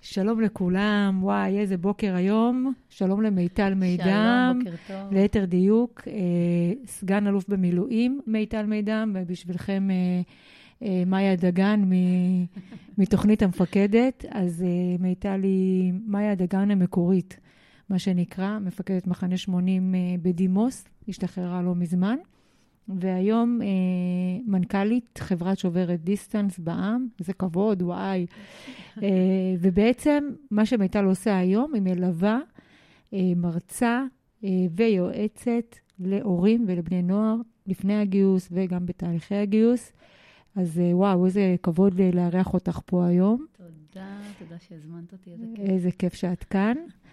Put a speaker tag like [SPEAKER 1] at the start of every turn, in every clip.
[SPEAKER 1] שלום לכולם, וואי, איזה בוקר היום. שלום למיטל מידם.
[SPEAKER 2] שלום, בוקר טוב.
[SPEAKER 1] ליתר דיוק, סגן אלוף במילואים מיטל מידם, ובשבילכם מאיה דגן מתוכנית המפקדת. אז מיטל היא מאיה דגן המקורית, מה שנקרא, מפקדת מחנה 80 בדימוס, השתחררה לא מזמן. והיום מנכ"לית חברת שוברת דיסטנס בעם, זה כבוד, וואי. ובעצם מה שמיטל עושה היום, היא מלווה, מרצה ויועצת להורים ולבני נוער, לפני הגיוס וגם בתהליכי הגיוס. אז וואו, איזה כבוד לארח אותך פה היום.
[SPEAKER 2] תודה שהזמנת אותי, איזה כיף.
[SPEAKER 1] איזה כיף שאת כאן.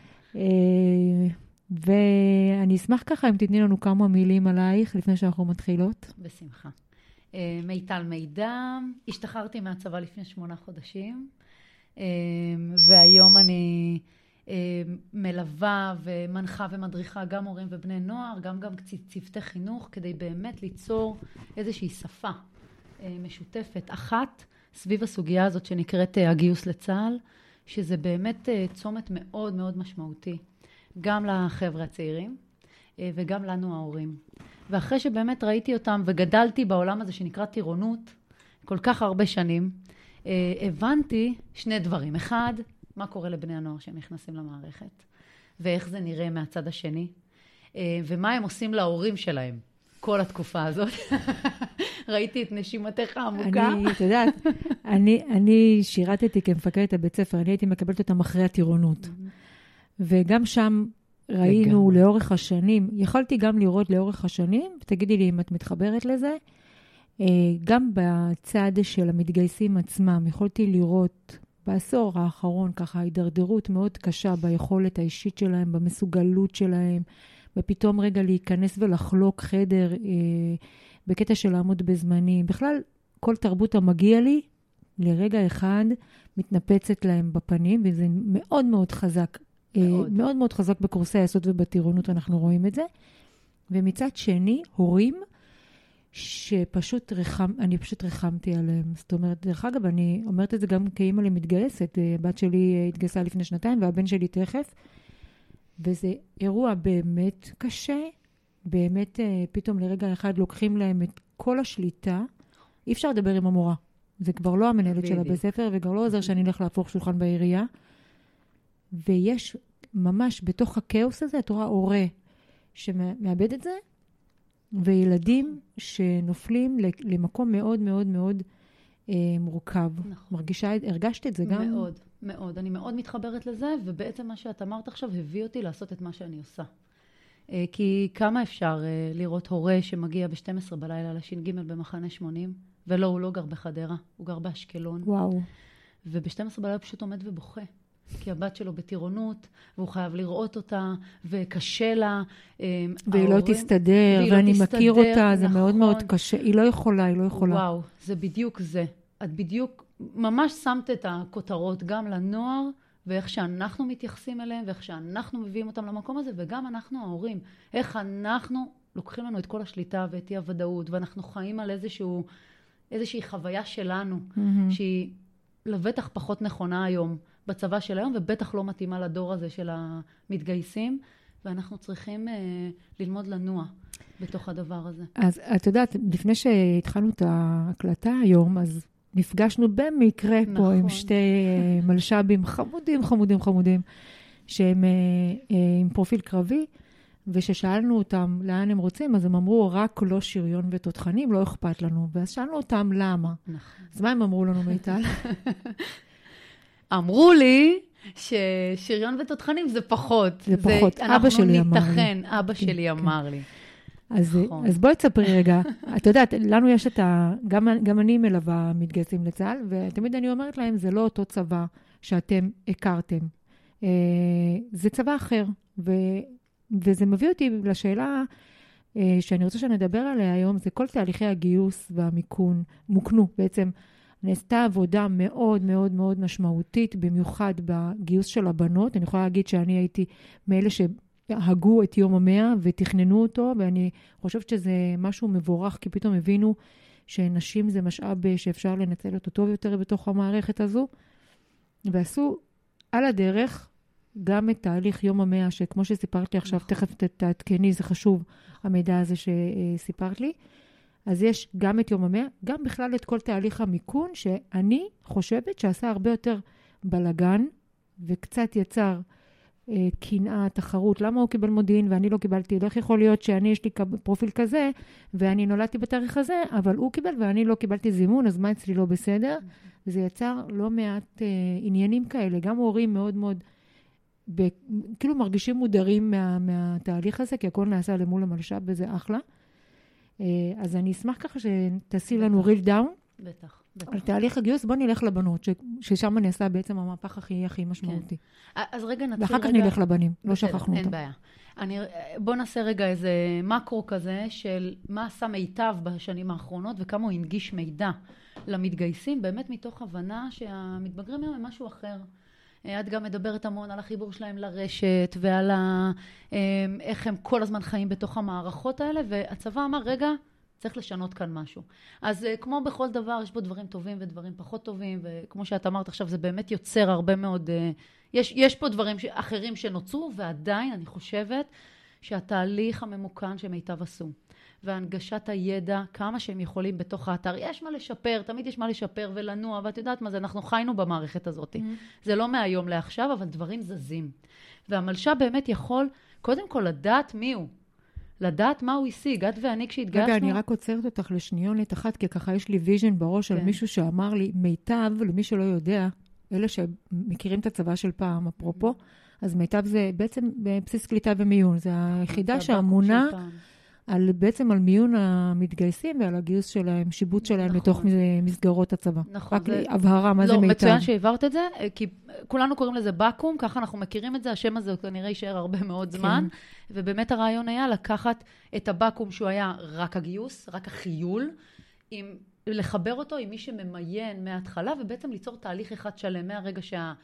[SPEAKER 1] ואני אשמח ככה אם תתני לנו כמה מילים עלייך לפני שאנחנו מתחילות.
[SPEAKER 2] בשמחה. מיטל מידם, השתחררתי מהצבא לפני 8 חודשים, והיום אני מלווה ומנחה ומדריכה גם הורים ובני נוער, גם צוותי חינוך, כדי באמת ליצור איזושהי שפה משותפת אחת סביב הסוגיה הזאת שנקראת הגיוס לצה"ל, שזה באמת צומת מאוד מאוד משמעותי. גם לחבר'ה הצעירים וגם לנו ההורים. ואחרי שבאמת ראיתי אותם וגדלתי בעולם הזה שנקרא טירונות, כל כך הרבה שנים, הבנתי 2 דברים. 1, מה קורה לבני הנוער שהם נכנסים למערכת, ואיך זה נראה מהצד השני, ומה הם עושים להורים שלהם כל התקופה הזאת. ראיתי את נשימתך העמוקה.
[SPEAKER 1] את יודעת, אני שירתתי כמפקדת הבית ספר, אני הייתי מקבלת אותם אחרי הטירונות. וגם שם ראינו לאורך השנים, יכולתי גם לראות לאורך השנים, ותגידי לי אם את מתחברת לזה, גם בצד של המתגייסים עצמם, יכולתי לראות בעשור האחרון ככה הידרדרות מאוד קשה ביכולת האישית שלהם, במסוגלות שלהם, ופתאום רגע להיכנס ולחלוק חדר בקטע של לעמוד בזמנים. בכלל, כל תרבות המגיע לי, לרגע אחד מתנפצת להם בפנים, וזה מאוד מאוד חזק. מאוד מאוד חזק בקורסי היסוד ובטירונות, אנחנו רואים את זה. ומצד שני, הורים אני פשוט רחמתי עליהם. זאת אומרת, דרך אגב, אני אומרת את זה גם כאימא למתגייסת. הבת שלי התגייסה לפני 2 והבן שלי תכף. וזה אירוע באמת קשה. באמת, פתאום לרגע אחד לוקחים להם את כל השליטה. אי אפשר לדבר עם המורה. זה כבר לא המנהלת של הבית ספר, וגם לא עוזר שאני אלך להפוך שולחן בעירייה. ויש ממש בתוך הכאוס הזה, את רואה הורה שמאבד את זה, וילדים שנופלים למקום מאוד מאוד מאוד מורכב.
[SPEAKER 2] נכון.
[SPEAKER 1] הרגשת את זה גם?
[SPEAKER 2] מאוד, מאוד. אני מאוד מתחברת לזה, ובעצם מה שאת אמרת עכשיו הביא אותי לעשות את מה שאני עושה. כי כמה אפשר לראות הורה שמגיע ב-12 בלילה לש"ג במחנה 80, ולא, הוא לא גר בחדרה, הוא גר באשקלון.
[SPEAKER 1] וואו.
[SPEAKER 2] וב-12 בלילה פשוט עומד ובוכה. כי הבת שלו בטירונות, והוא חייב לראות אותה, וקשה לה.
[SPEAKER 1] והיא לא תסתדר, ואני מכיר אותה, זה מאוד מאוד קשה. היא לא יכולה.
[SPEAKER 2] וואו, זה בדיוק זה. את בדיוק ממש שמת את הכותרות גם לנוער, ואיך שאנחנו מתייחסים אליהם, ואיך שאנחנו מביאים אותם למקום הזה, וגם אנחנו ההורים. איך אנחנו לוקחים לנו את כל השליטה ואת אי הוודאות, ואנחנו חיים על איזושהי חוויה שלנו, שהיא לבטח פחות נכונה היום, בצבא של היום, ובטח לא מתאימה לדור הזה של המתגייסים, ואנחנו צריכים ללמוד לנוע בתוך הדבר הזה.
[SPEAKER 1] אז את יודעת, לפני שהתחלנו את ההקלטה היום, אז נפגשנו במקרה נכון. פה עם 2 מלשבים חמודים, שהם עם פרופיל קרבי, וששאלנו אותם לאן הם רוצים, אז הם אמרו, רק לא שריון ותותחנים, לא אכפת לנו. ואז שאלנו אותם למה. נכון. אז מה הם אמרו לנו, מיטל?
[SPEAKER 2] אמרו לי ששריון ותותחנים זה פחות.
[SPEAKER 1] זה פחות. אבא שלי אמר לי.
[SPEAKER 2] אבא שלי אמר לי.
[SPEAKER 1] אז בואי תספרי רגע. את יודעת, לנו יש גם אני מלווה מתגייסים לצה"ל, ותמיד אני אומרת להם, זה לא אותו צבא שאתם הכרתם. זה צבא אחר. וזה מביא אותי לשאלה שאני רוצה שנדבר עליה היום, זה כל תהליכי הגיוס והמיקון, מוקנו בעצם. נעשתה עבודה מאוד מאוד מאוד משמעותית, במיוחד בגיוס של הבנות. אני יכולה להגיד שאני הייתי מאלה שהגו את יום ה100 ותכננו אותו, ואני חושבת שזה משהו מבורך, כי פתאום הבינו שנשים זה משאב שאפשר לנצל אותו טוב יותר בתוך המערכת הזו, ועשו על הדרך, גם את תהליך יום המאה, שכמו שסיפרת לי עכשיו, תכף תעדכני, זה חשוב, המידע הזה שסיפרת לי. אז יש גם את יום המאה, גם בכלל את כל תהליך המיקון, שאני חושבת שעשה הרבה יותר בלגן, וקצת יצר קנאה, תחרות. למה הוא קיבל מודיעין ואני לא קיבלתי? איך יכול להיות שאני, יש לי פרופיל כזה, ואני נולדתי בתאריך הזה, אבל הוא קיבל ואני לא קיבלתי זימון, אז מה אצלי לא בסדר? וזה יצר לא מעט עניינים כאלה, גם הורים מאוד מאוד, כאילו מרגישים מודרים מהתהליך הזה, כי הכל נעשה למול המלש"ב, וזה אחלה. אז אני אשמח ככה שתעשי לנו ריל דאון.
[SPEAKER 2] בטח.
[SPEAKER 1] על תהליך הגיוס, בוא נלך לבנות, ששם נעשה בעצם המהפך הכי משמעותי.
[SPEAKER 2] אז רגע נתחיל
[SPEAKER 1] ואחר כך נלך לבנים, לא שכחנו אותם.
[SPEAKER 2] אין בעיה. בוא נעשה רגע איזה מקרו כזה, של מה עשה מיטב בשנים האחרונות, וכמה הוא הנגיש מידע למתגייסים, באמת מתוך הבנה שהמתבגרים הם משהו אחר. את גם מדברת המון על החיבור שלהם לרשת, ועל איך הם כל הזמן חיים בתוך המערכות האלה, והצבא אמר, רגע, צריך לשנות כאן משהו. אז כמו בכל דבר, יש בו דברים טובים ודברים פחות טובים, וכמו שאת אמרת עכשיו, זה באמת יוצר הרבה מאוד, יש פה דברים אחרים שנוצרו, ועדיין אני חושבת שהתהליך הממוכן שמיטב עשו, והנגשת הידע, כמה שהם יכולים בתוך האתר, יש מה לשפר, תמיד יש מה לשפר ולנוע, ואת יודעת מה זה, אנחנו חיינו במערכת הזאת. זה לא מהיום לעכשיו, אבל דברים זזים. והמלש"ב באמת יכול, קודם כל, לדעת מי הוא. לדעת מה הוא השיג. את ואני כשהתגייסנו...
[SPEAKER 1] רגע, אני רק עוצרת אותך לשניונת אחת, כי ככה יש לי ויז'ן בראש על מישהו שאמר לי, מיטב, למי שלא יודע, אלה שמכירים את הצבא של פעם, אפרופו, אז מיטב זה בעצם בבסיס קליטה ומיון. זה היחידה שאמונה בעצם על מיון המתגייסים ועל הגיוס שלהם, שיבוט שלהם לתוך מסגרות הצבא.
[SPEAKER 2] נכון.
[SPEAKER 1] רק הבהרה, מה זה מיטב?
[SPEAKER 2] לא, מצוין שהעברת את זה, כי כולנו קוראים לזה בקום, ככה אנחנו מכירים את זה, השם הזה כנראה יישאר הרבה מאוד זמן, ובאמת הרעיון היה לקחת את הבקום שהוא היה רק הגיוס, רק החיול, לחבר אותו עם מי שממיין מההתחלה, ובעצם ליצור תהליך אחד שלם, מהרגע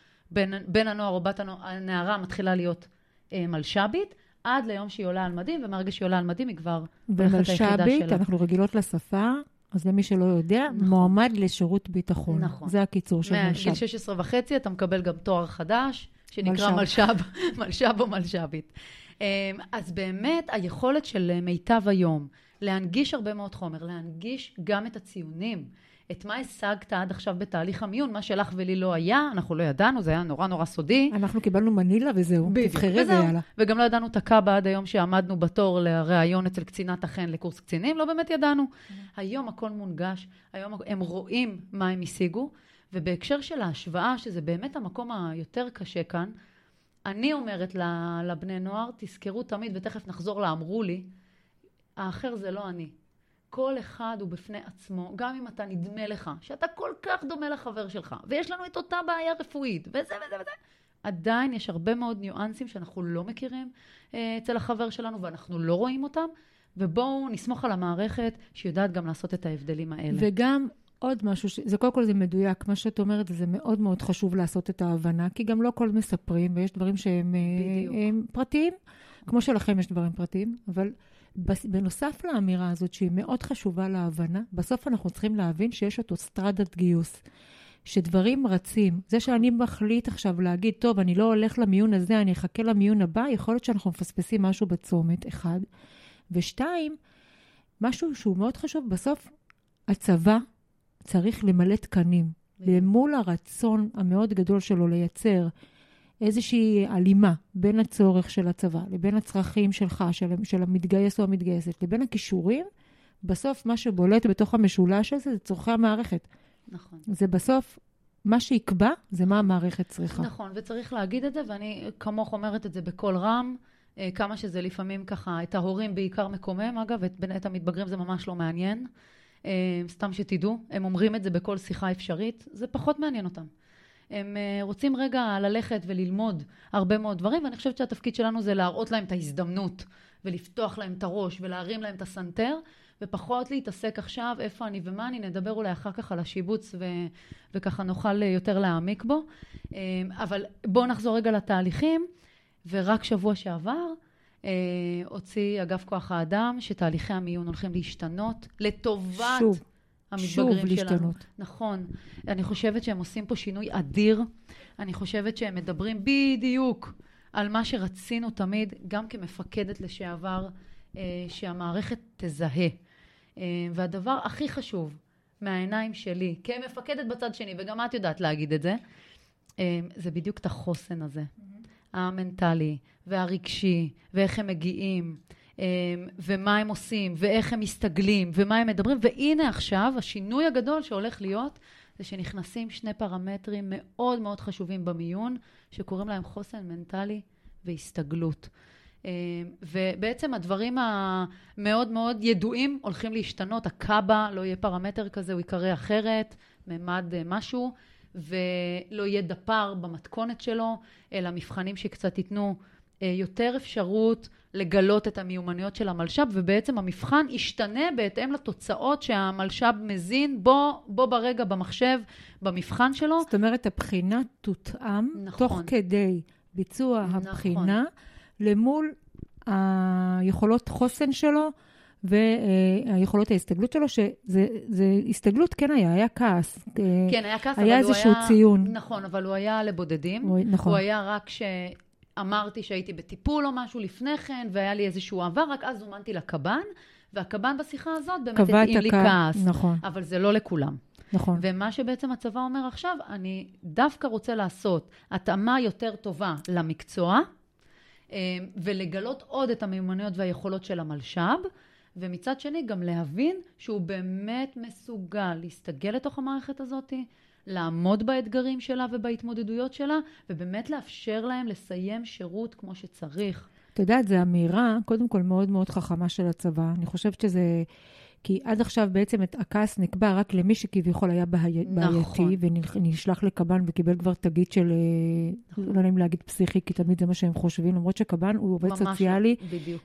[SPEAKER 2] שבן הנוער או בת הנערה מתחילה להיות מלש"בית, עד ליום שהיא עולה על מדים, ומהרגע שהיא עולה על מדים היא כבר הולכת היחידה שלה.
[SPEAKER 1] ומלש"בית, אנחנו רגילות לשפה, אז למי שלא יודע, מועמד לשירות ביטחון. נכון. זה הקיצור של מלש"ב.
[SPEAKER 2] מגיל 16.5 אתה מקבל גם תואר חדש, שנקרא מלש"ב או מלש"בית. אז באמת היכולת של מיטב היום, להנגיש הרבה מאוד חומר, להנגיש גם את הציונים, את מה השגת עד עכשיו בתהליך המיון, מה שלך ולי לא היה, אנחנו לא ידענו, זה היה נורא נורא סודי.
[SPEAKER 1] אנחנו קיבלנו מנילה וזהו, תבחרי ויאללה.
[SPEAKER 2] וגם לא ידענו את הקאבה עד היום שעמדנו בתור לראיון אצל קצינת החן לקורס קצינים, לא באמת ידענו. היום הכל מונגש, היום הם רואים מה הם השיגו, ובהקשר של ההשוואה, שזה באמת המקום היותר קשה כאן, אני אומרת לבני נוער, תזכרו תמיד, ותכף נחזור לאמרו לי, האחר זה לא אני. כל אחד הוא בפני עצמו, גם אם אתה נדמה לך, שאתה כל כך דומה לחבר שלך, ויש לנו את אותה בעיה רפואית, וזה וזה וזה, עדיין יש הרבה מאוד ניואנסים שאנחנו לא מכירים אצל החבר שלנו, ואנחנו לא רואים אותם, ובואו נסמוך על המערכת שיודעת גם לעשות את ההבדלים האלה.
[SPEAKER 1] וגם עוד משהו, זה קודם כל זה מדויק, מה שאת אומרת, זה מאוד מאוד חשוב לעשות את ההבנה, כי גם לא כל מספרים, ויש דברים שהם פרטיים, כמו שלכם יש דברים פרטיים, אבל בנוסף לאמירה הזאת, שהיא מאוד חשובה להבנה, בסוף אנחנו צריכים להבין שיש אוטוסטרדת גיוס, שדברים רצים. זה שאני מחליט עכשיו להגיד, טוב, אני לא הולך למיון הזה, אני אחכה למיון הבא, יכול להיות שאנחנו מפספסים משהו בצומת, אחד. ושתיים, משהו שהוא מאוד חשוב, בסוף הצבא צריך למלא תקנים, למול הרצון המאוד גדול שלו לייצר איזושהי הלימה בין הצורך של הצבא, לבין הצרכים שלך, של המתגייס או המתגייסת, לבין הכישורים, בסוף מה שבולט בתוך המשולש הזה, זה צורכי המערכת.
[SPEAKER 2] נכון.
[SPEAKER 1] זה בסוף, מה שיקבע, זה מה המערכת צריכה.
[SPEAKER 2] נכון, וצריך להגיד את זה, ואני כמוך אומרת את זה בכל רם, כמה שזה לפעמים ככה, את ההורים בעיקר מקומם, אגב, את המתבגרים זה ממש לא מעניין. סתם שתדעו, הם אומרים את זה בכל שיחה אפשרית, זה פחות מעניין אותם. הם רוצים רגע ללכת וללמוד הרבה מאוד דברים, ואני חושבת שהתפקיד שלנו זה להראות להם את ההזדמנות, ולפתוח להם את הראש, ולהרים להם את הסנטר, ופחות להתעסק עכשיו איפה אני ומה אני, נדבר אולי אחר כך על השיבוץ, וככה נוכל יותר להעמיק בו. אבל בואו נחזור רגע לתהליכים, ורק שבוע שעבר, הוציא אגף כוח האדם, שתהליכי המיון הולכים להשתנות, לטובת המתבגרים שלנו.
[SPEAKER 1] להשתנות.
[SPEAKER 2] נכון. אני חושבת שהם עושים פה שינוי אדיר. אני חושבת שהם מדברים בדיוק על מה שרצינו תמיד, גם כמפקדת לשעבר, שהמערכת תזהה. והדבר הכי חשוב מהעיניים שלי, כמפקדת בצד שני, וגם את יודעת להגיד את זה, זה בדיוק את החוסן הזה. המנטלי והרגשי, ואיך הם מגיעים, ומה הם עושים, ואיך הם מסתגלים, ומה הם מדברים. והנה עכשיו, השינוי הגדול שהולך להיות, זה שנכנסים שני פרמטרים מאוד מאוד חשובים במיון, שקוראים להם חוסן מנטלי והסתגלות. ובעצם הדברים המאוד מאוד ידועים הולכים להשתנות. הקאבה לא יהיה פרמטר כזה, הוא יקרא אחרת, ממד משהו, ולא יהיה דפר במתכונת שלו, אלא מבחנים שקצת ייתנו יותר אפשרות לגלות את המיומנויות של המלש"ב, ובעצם המבחן ישתנה בהתאם לתוצאות שהמלש"ב מזין בו ברגע במחשב, במבחן שלו.
[SPEAKER 1] זאת אומרת, הבחינה תותאם, נכון. תוך כדי ביצוע הבחינה, נכון. למול היכולות חוסן שלו, והיכולות ההסתגלות שלו, שזה הסתגלות כן היה כעס.
[SPEAKER 2] כן, היה כעס,
[SPEAKER 1] היה איזשהו ציון.
[SPEAKER 2] נכון, אבל הוא היה לבודדים.
[SPEAKER 1] נכון.
[SPEAKER 2] הוא היה רק אמרתי שהייתי בטיפול או משהו לפני כן, והיה לי איזשהו עבר, רק אז זומנתי לקב"ן, והקב"ן בשיחה הזאת באמת התאים לי כעס.
[SPEAKER 1] נכון.
[SPEAKER 2] אבל זה לא לכולם.
[SPEAKER 1] נכון.
[SPEAKER 2] ומה שבעצם הצבא אומר עכשיו, אני דווקא רוצה לעשות התאמה יותר טובה למקצוע, ולגלות עוד את המיומנויות והיכולות של המלש"ב, ומצד שני גם להבין שהוא באמת מסוגל להסתגל לתוך המערכת הזאת, לעמוד באתגרים שלה ובהתמודדויות שלה, ובאמת לאפשר להם לסיים שירות כמו שצריך.
[SPEAKER 1] אתה יודעת, זו אמירה, קודם כל מאוד מאוד חכמה של הצבא. אני חושבת שזה, כי עד עכשיו בעצם את הכעס נקבע רק למי שכביכול היה בעייתי, ונשלח לקב"ן וקיבל כבר תגית של, לא נעים להגיד פסיכי, כי תמיד זה מה שהם חושבים, למרות שקב"ן הוא עובד סוציאלי,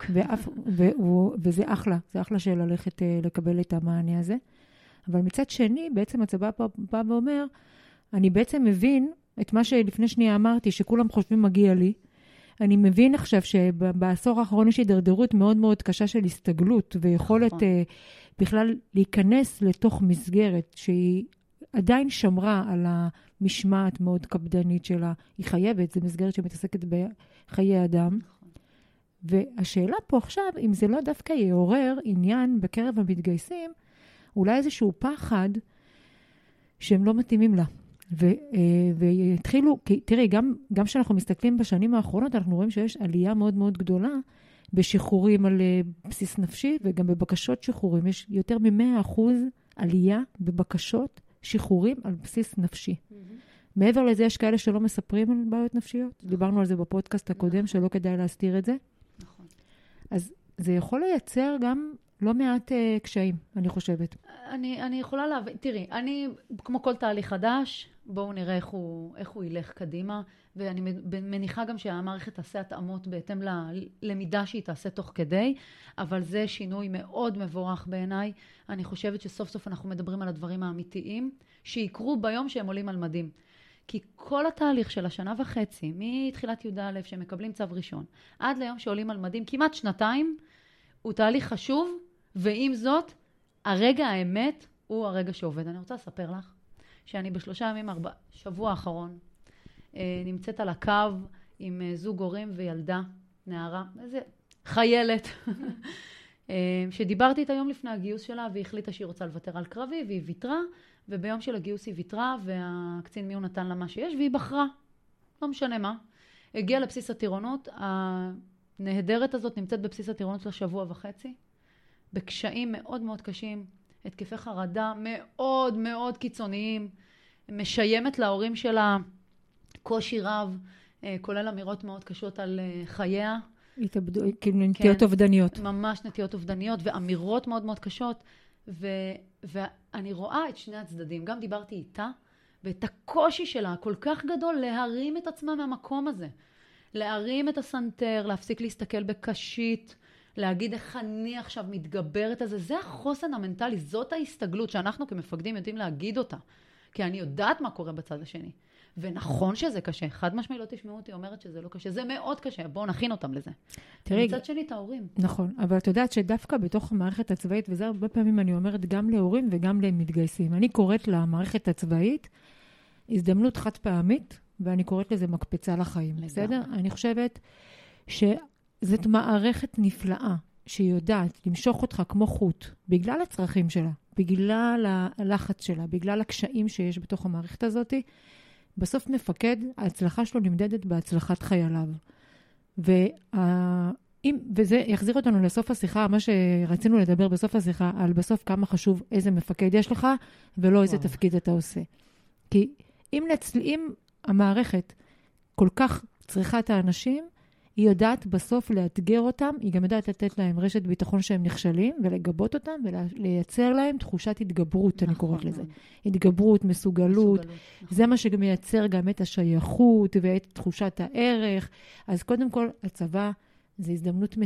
[SPEAKER 1] וזה אחלה, זה אחלה של ללכת לקבל את המענה הזה. אבל מצד שני, בעצם הצבא בא ואומר, אני בעצם מבין את מה שלפני שנייה אמרתי, שכולם חושבים מגיע לי. אני מבין עכשיו שבעשור האחרון יש הידרדרות מאוד מאוד קשה של הסתגלות, ויכולת בכלל להיכנס לתוך מסגרת שהיא עדיין שמרה על המשמעת מאוד קפדנית שלה. היא חייבת, זו מסגרת שמתעסקת בחיי אדם. והשאלה פה עכשיו, אם זה לא דווקא יעורר עניין בקרב המתגייסים, אולי איזשהו פחד שהם לא מתאימים לה. ויתחילו, כי תראי, גם שאנחנו מסתכלים בשנים האחרונות, אנחנו רואים שיש עלייה מאוד מאוד גדולה בשחרורים על בסיס נפשי, וגם בבקשות שחרורים. יש יותר מ100% עלייה בבקשות שחרורים על בסיס נפשי. מעבר לזה, יש כאלה שלא מספרים על בעיות נפשיות. דיברנו על זה בפודקאסט הקודם, שלא כדאי להסתיר את זה. אז זה יכול לייצר גם לא מעט קשיים, אני חושבת.
[SPEAKER 2] אני יכולה להבין, תראי, אני, כמו כל תהליך חדש, בואו נראה איך הוא ילך קדימה, ואני מניחה גם שהמערכת תעשה התאמות בהתאם ללמידה שהיא תעשה תוך כדי, אבל זה שינוי מאוד מבורך בעיניי. אני חושבת שסוף סוף אנחנו מדברים על הדברים האמיתיים, שיקרו ביום שהם עולים על מדים. כי כל התהליך של השנה וחצי, מתחילת י"א שמקבלים צו ראשון, עד ליום שעולים על מדים, כמעט שנתיים, הוא תהליך חשוב, ועם זאת, הרגע האמת הוא הרגע שעובד. אני רוצה לספר לך שאני ב3 ימים, שבוע האחרון, נמצאת על הקו עם זוג הורים וילדה, נערה, איזה חיילת, שדיברתי את היום לפני הגיוס שלה, והיא החליטה שהיא רוצה לוותר על קרבי, והיא ויתרה, וביום של הגיוס היא ויתרה, והקצין מיון נתן לה מה שיש, והיא בחרה, לא משנה מה. הגיעה לבסיס הטירונות, הנהדרת הזאת נמצאת בבסיס הטירונות של 1.5 שבוע, בקשיים מאוד מאוד קשים, התקפי חרדה מאוד מאוד קיצוניים, משיימת להורים שלה קושי רב, כולל אמירות מאוד קשות על חייה.
[SPEAKER 1] כאילו נטיות אובדניות.
[SPEAKER 2] ממש נטיות אובדניות, ואמירות מאוד מאוד קשות, ואני רואה את שני הצדדים. גם דיברתי איתה, ואת הקושי שלה כל כך גדול להרים את עצמה מהמקום הזה. להרים את הסנטר, להפסיק להסתכל בקשית, להגיד איך אני עכשיו מתגברת על זה. זה החוסן המנטלי, זאת ההסתגלות שאנחנו כמפקדים יודעים להגיד אותה. כי אני יודעת מה קורה בצד השני. ונכון שזה קשה. חד משמעי לא תשמעו אותי אומרת שזה לא קשה. זה מאוד קשה. בואו נכין אותם לזה. תראי, מצד שני את ההורים.
[SPEAKER 1] נכון. אבל את יודעת שדווקא בתוך המערכת הצבאית, וזה הרבה פעמים אני אומרת גם להורים וגם למתגייסים. אני קוראת למערכת הצבאית הזדמנות חד פעמית ואני קוראת לזה מקפצה לחיים, בסדר? אני חושבת שזאת מערכת נפלאה, שהיא יודעת למשוך אותך כמו חוט, בגלל הצרכים שלה, בגלל הלחץ שלה, בגלל הקשיים שיש בתוך המערכת הזאת. בסוף מפקד, ההצלחה שלו נמדדת בהצלחת חייליו. וזה יחזיר אותנו לסוף השיחה, מה שרצינו לדבר בסוף השיחה, על בסוף כמה חשוב איזה מפקד יש לך, ולא איזה תפקיד אתה עושה. כי אם המערכת כל כך צריכה את האנשים, היא יודעת בסוף לאתגר אותם, היא גם יודעת לתת להם רשת ביטחון שהם נכשלים, ולגבות אותם, ולייצר להם תחושת התגברות, אני קוראת לזה. התגברות, מסוגלות. זה מה שגם מייצר גם את השייכות, ואת תחושת הערך. אז קודם כל, הצבא זה הזדמנות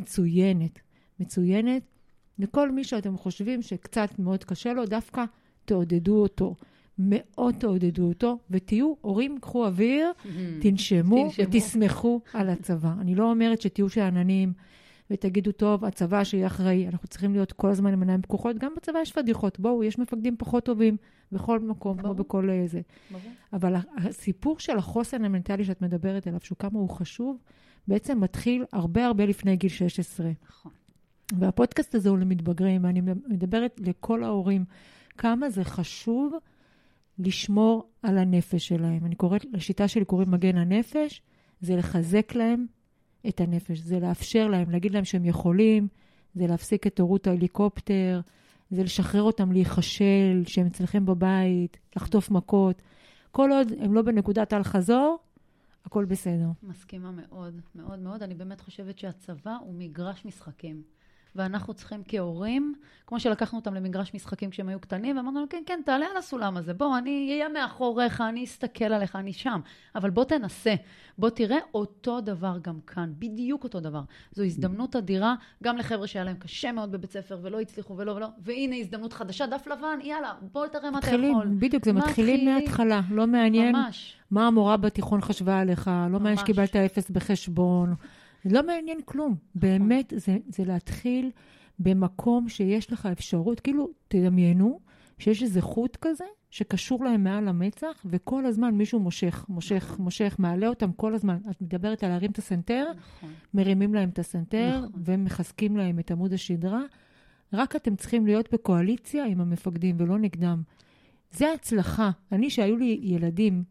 [SPEAKER 1] מצוינת, לכל מי שאתם חושבים שקצת מאוד קשה לו, דווקא תעודדו אותו. מאוד תעודדו אותו, ותהיו הורים, קחו אוויר, תנשמו ותשמחו על הצבא. אני לא אומרת שתהיו שעננים ותגידו, טוב, הצבא שיהיה אחראי. אנחנו צריכים להיות כל הזמן עם עיניים פקוחות. גם בצבא יש פדיחות. בואו, יש מפקדים פחות טובים בכל מקום, כמו בכל זה. אבל הסיפור של החוסן המנטלי שאת מדברת עליו, שהוא כמה הוא חשוב, בעצם מתחיל הרבה לפני גיל 16.
[SPEAKER 2] נכון.
[SPEAKER 1] והפודקאסט הזה הוא למתבגרים, ואני מדברת לכל ההורים, כמה זה חשוב לשמור על הנפש שלהם. אני קוראת, לשיטה שלי קוראים מגן הנפש, זה לחזק להם את הנפש, זה לאפשר להם, להגיד להם שהם יכולים, זה להפסיק את הורות ההליקופטר, זה לשחרר אותם להיחשל, שהם אצלכם בבית, לחטוף מכות. כל עוד הם לא בנקודת על חזור, הכל בסדר.
[SPEAKER 2] מסכימה מאוד, מאוד מאוד. אני באמת חושבת שהצבא הוא מגרש משחקים. ואנחנו צריכים כהורים, כמו שלקחנו אותם למגרש משחקים כשהם היו קטנים, ואמרנו, כן, תעלה על הסולם הזה, בוא, אני אהיה מאחוריך, אני אסתכל עליך, אני שם. אבל בוא תנסה, בוא תראה אותו דבר גם כאן, בדיוק אותו דבר. זו הזדמנות אדירה, גם לחבר'ה שהיה להם קשה מאוד בבית ספר, ולא הצליחו ולא, והנה הזדמנות חדשה, דף לבן, יאללה, בוא תראה מה אתה יכול.
[SPEAKER 1] בדיוק, זה מתחילים מההתחלה, לא מעניין מה המורה בתיכון חשבה עליך, לא מעניין שקיבלת 0 בחשבון, לא מעניין כלום. באמת, זה להתחיל במקום שיש לך אפשרות, כאילו, תדמיינו שיש איזה חוט כזה, שקשור להם מעל המצח, וכל הזמן מישהו מושך, מעלה אותם כל הזמן. את מדברת על להרים את הסנטר, מרימים להם את הסנטר, ומחזקים להם את עמוד השדרה. רק אתם צריכים להיות בקואליציה עם המפקדים, ולא נגדם. זה הצלחה. אני, שהיו לי ילדים,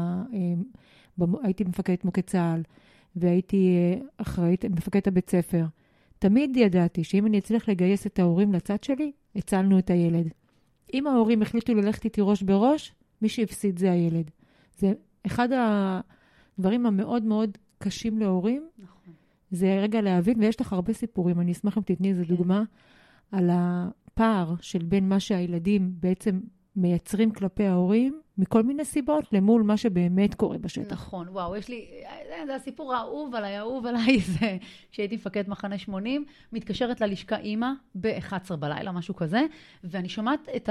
[SPEAKER 1] הייתי מפקדת מוקד צה"ל, והייתי אחראית, מפקדת הבית ספר. תמיד ידעתי שאם אני אצליח לגייס את ההורים לצד שלי, הצלנו את הילד. אם ההורים החליטו ללכת איתי ראש בראש, מי שהפסיד זה הילד. זה אחד הדברים המאוד מאוד קשים להורים. נכון. זה רגע להבין, ויש לך הרבה סיפורים, אני אשמח אם תתני איזו דוגמה, על הפער של בין מה שהילדים בעצם מייצרים כלפי ההורים, מכל מיני סיבות, למול מה שבאמת קורה בשטח.
[SPEAKER 2] נכון, וואו, יש לי, זה הסיפור האהוב עליי, זה כשהייתי מפקדת מחנה 80, מתקשרת ללשכה אמא ב-11 בלילה, משהו כזה, ואני שומעת את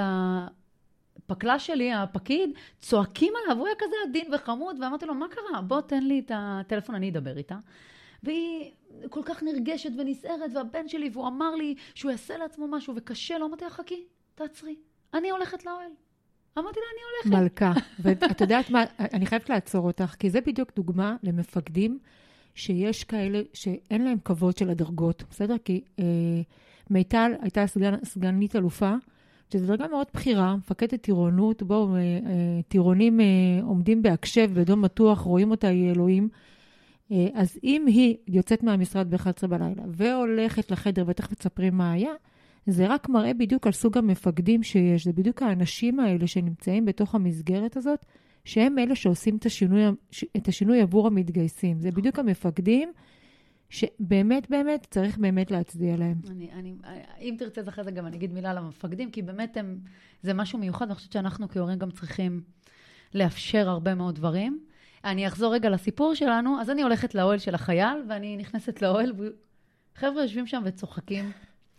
[SPEAKER 2] הפקלה שלי, הפקיד, צועקים עליו, הוא היה כזה עדין וחמוד, ואמרתי לו, מה קרה? בוא תן לי את הטלפון, אני אדבר איתה. והיא כל כך נרגשת ונסערת, והבן שלי, והוא אמר לי שהוא יעשה לעצמו משהו, וקשה לו, אמרתי לה, חכי, תעצרי. אני הולכת לאוהל. אמרתי לה, אני הולכת.
[SPEAKER 1] מלכה. ואת יודעת מה, אני חייבת לעצור אותך, כי זה בדיוק דוגמה למפקדים שיש כאלה שאין להם כבוד של הדרגות, בסדר? כי מיטל הייתה סגנית אלופה, שזו דרגה מאוד בחירה, מפקדת טירונות, בואו, טירונים עומדים בהקשב, בדום מתוח, רואים אותה, היא אלוהים. אז אם היא יוצאת מהמשרד ב-11 בלילה, והולכת לחדר, ותכף תספרי מה היה, זה רק מראה בדיוק על סוג המפקדים שיש. זה בדיוק האנשים האלה שנמצאים בתוך המסגרת הזאת, שהם אלה שעושים את השינוי עבור המתגייסים. זה בדיוק המפקדים שבאמת, באמת, צריך באמת להצדיע להם.
[SPEAKER 2] אם תרצה אחרי זה גם אני אגיד מילה על המפקדים, כי באמת זה משהו מיוחד, ואני חושבת שאנחנו כהורים גם צריכים לאפשר הרבה מאוד דברים. אני אחזור רגע לסיפור שלנו, אז אני הולכת לאוהל של החייל, ואני נכנסת לאוהל, וחבר'ה יושבים שם וצוחקים.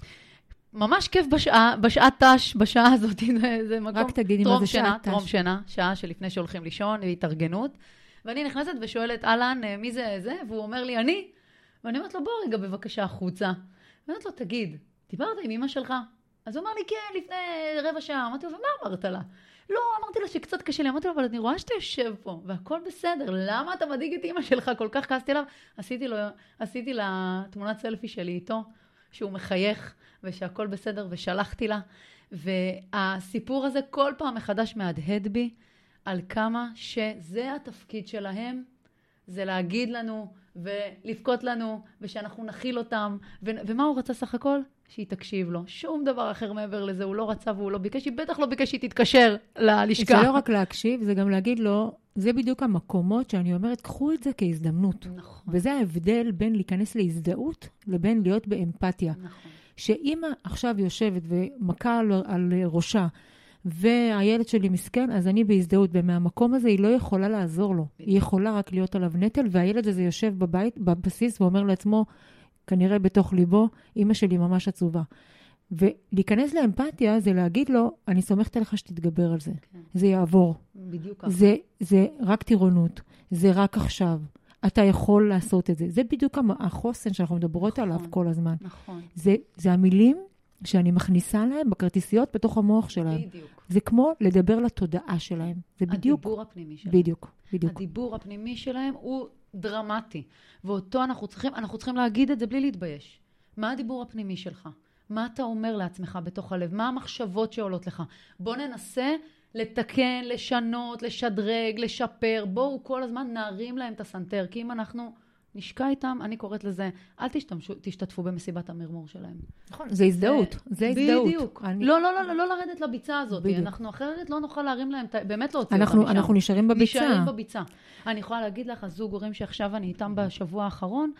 [SPEAKER 2] ממש כיף בשעת תש, בשעה הזאת, זה מקום טרום שינה, שעה שלפני שהולכים לישון, התארגנות, ואני נכנסת ושואלת, אלן, מי זה? והוא אומר לי, אני. ואני אומרת לו, בוא רגע בבקשה החוצה. ואני אומרת לו, תגיד, דיברת עם אמא שלך? אז הוא אמר לי, כן, לפני רבע שעה. אמרתי לו, ומה אמרת לה? לא, אמרתי לה שקצת קשה לי, אמרתי לה, אבל אני רואה שאתה יושב פה, והכל בסדר, למה אתה מדאיג את אמא שלך? כל כך כעסתי עליו, עשיתי לה תמונת סלפי שלי איתו, שהוא מחייך, ושהכל בסדר, ושלחתי לה, והסיפור הזה כל פעם מחדש מהדהד בי, על כמה שזה התפקיד שלהם, זה להגיד לנו, ולבכות לנו, ושאנחנו נכיל אותם, ומה הוא רצה סך הכל? שהיא תקשיב לו. שום דבר אחר מעבר לזה, הוא לא רצה והוא לא ביקש, היא בטח לא ביקש שהיא תתקשר ללשכה.
[SPEAKER 1] זה לא רק להקשיב, זה גם להגיד לו, זה בדיוק המקומות שאני אומרת, קחו את זה כהזדמנות. נכון. וזה ההבדל בין להיכנס להזדהות, לבין להיות באמפתיה. נכון. שאמא עכשיו יושבת ומכה על ראשה, והילד שלי מסכן, אז אני בהזדהות, ומהמקום הזה היא לא יכולה לעזור לו. היא יכולה רק להיות עליו נטל, והילד הזה יושב בבית, בבסיס, ואומר לעצמו, כנראה בתוך ליבו, אמא שלי ממש עצובה. ולהיכנס לאמפתיה זה להגיד לו, אני סומכת עליך שתתגבר על זה. כן. זה יעבור.
[SPEAKER 2] בדיוק ככה.
[SPEAKER 1] זה רק טירונות. זה רק עכשיו. אתה יכול לעשות את זה. זה בדיוק החוסן שאנחנו מדברות עליו כל הזמן.
[SPEAKER 2] נכון.
[SPEAKER 1] זה המילים שאני מכניסה להם בכרטיסיות בתוך המוח שלהם.
[SPEAKER 2] בדיוק.
[SPEAKER 1] זה כמו לדבר לתודעה שלהם. זה בדיוק.
[SPEAKER 2] הדיבור הפנימי שלהם.
[SPEAKER 1] בדיוק.
[SPEAKER 2] הדיבור הפנימי שלהם הוא דרמטי. ואותו אנחנו צריכים להגיד את זה בלי להתבייש. מה הדיבור הפנימי שלך? מה אתה אומר לעצמך בתוך הלב? מה המחשבות שעולות לך? בוא ננסה לתקן, לשנות, לשדרג, לשפר. בואו כל הזמן נערים להם את הסנטר. כי אם אנחנו נשקע איתם, אני קוראת לזה, אל תשתתפו במסיבת המרמור שלהם.
[SPEAKER 1] נכון, זה הזדהות. זה הזדהות.
[SPEAKER 2] בדיוק. לא לרדת לביצה הזאת. אנחנו אחרת לא נוכל להרים להם, באמת להוציא אותם משם.
[SPEAKER 1] אנחנו נשארים בביצה.
[SPEAKER 2] נשארים בביצה. אני יכולה להגיד לך, הזוג הורים שעכשיו אני איתם בשבוע האחרון,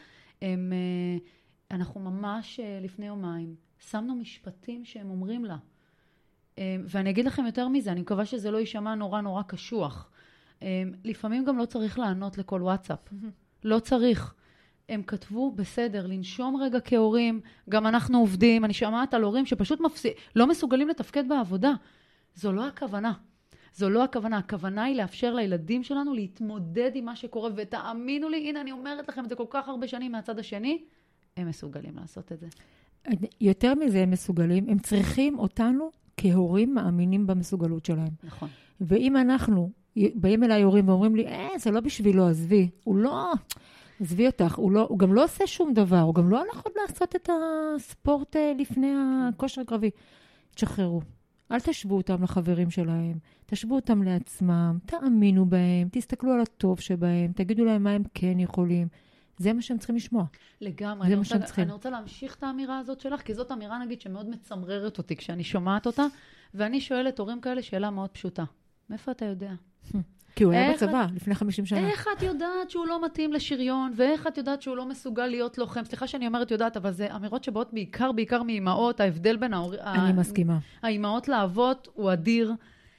[SPEAKER 2] אנחנו ממש לפני יומיים, שמנו משפטים שהם אומרים לה. ואני אגיד לכם יותר מזה, אני מקווה שזה לא יישמע נורא קשוח. לפעמים גם לא צריך לענות לכל וואטסאפ. לא צריך. הם כתבו, בסדר, לנשום רגע כהורים, גם אנחנו עובדים, אני שמעת על הורים שפשוט לא מסוגלים לתפקד בעבודה. זו לא הכוונה. זו לא הכוונה. הכוונה היא לאפשר לילדים שלנו להתמודד עם מה שקורה, ותאמינו לי, הנה אני אומרת לכם את זה כל כך הרבה שנים מהצד השני, הם מסוגלים לעשות את זה.
[SPEAKER 1] יותר מזה הם מסוגלים, הם צריכים אותנו כהורים מאמינים במסוגלות שלהם.
[SPEAKER 2] נכון.
[SPEAKER 1] ואם אנחנו באים אליי הורים ואומרים לי, זה לא בשבילו, עזבי. הוא לא, עזבי אותך, הוא גם לא עושה שום דבר, הוא גם לא הלך עוד לעשות את הספורט לפני הכושר הקרבי. תשחררו. אל תשוו אותם לחברים שלהם, תשוו אותם לעצמם, תאמינו בהם, תסתכלו על הטוב שבהם, תגידו להם מה הם כן יכולים. זה מה שהם צריכים לשמוע.
[SPEAKER 2] לגמרי. אני רוצה להמשיך את האמירה הזאת שלך, כי זאת אמירה, נגיד, שמאוד מצמררת אותי כשאני שומעת אותה, ואני שואלת הורים כאלה שאלה מאוד פשוטה. מאיפה אתה יודע?
[SPEAKER 1] כי הוא היה בצבא לפני 50 שנה.
[SPEAKER 2] איך את יודעת שהוא לא מתאים לשריון, ואיך את יודעת שהוא לא מסוגל להיות לוחם? סליחה שאני אומרת יודעת, אבל זה אמירות שבאות בעיקר מאימהות, ההבדל בין
[SPEAKER 1] אני מסכימה.
[SPEAKER 2] האימהות לאבות הוא אדיר,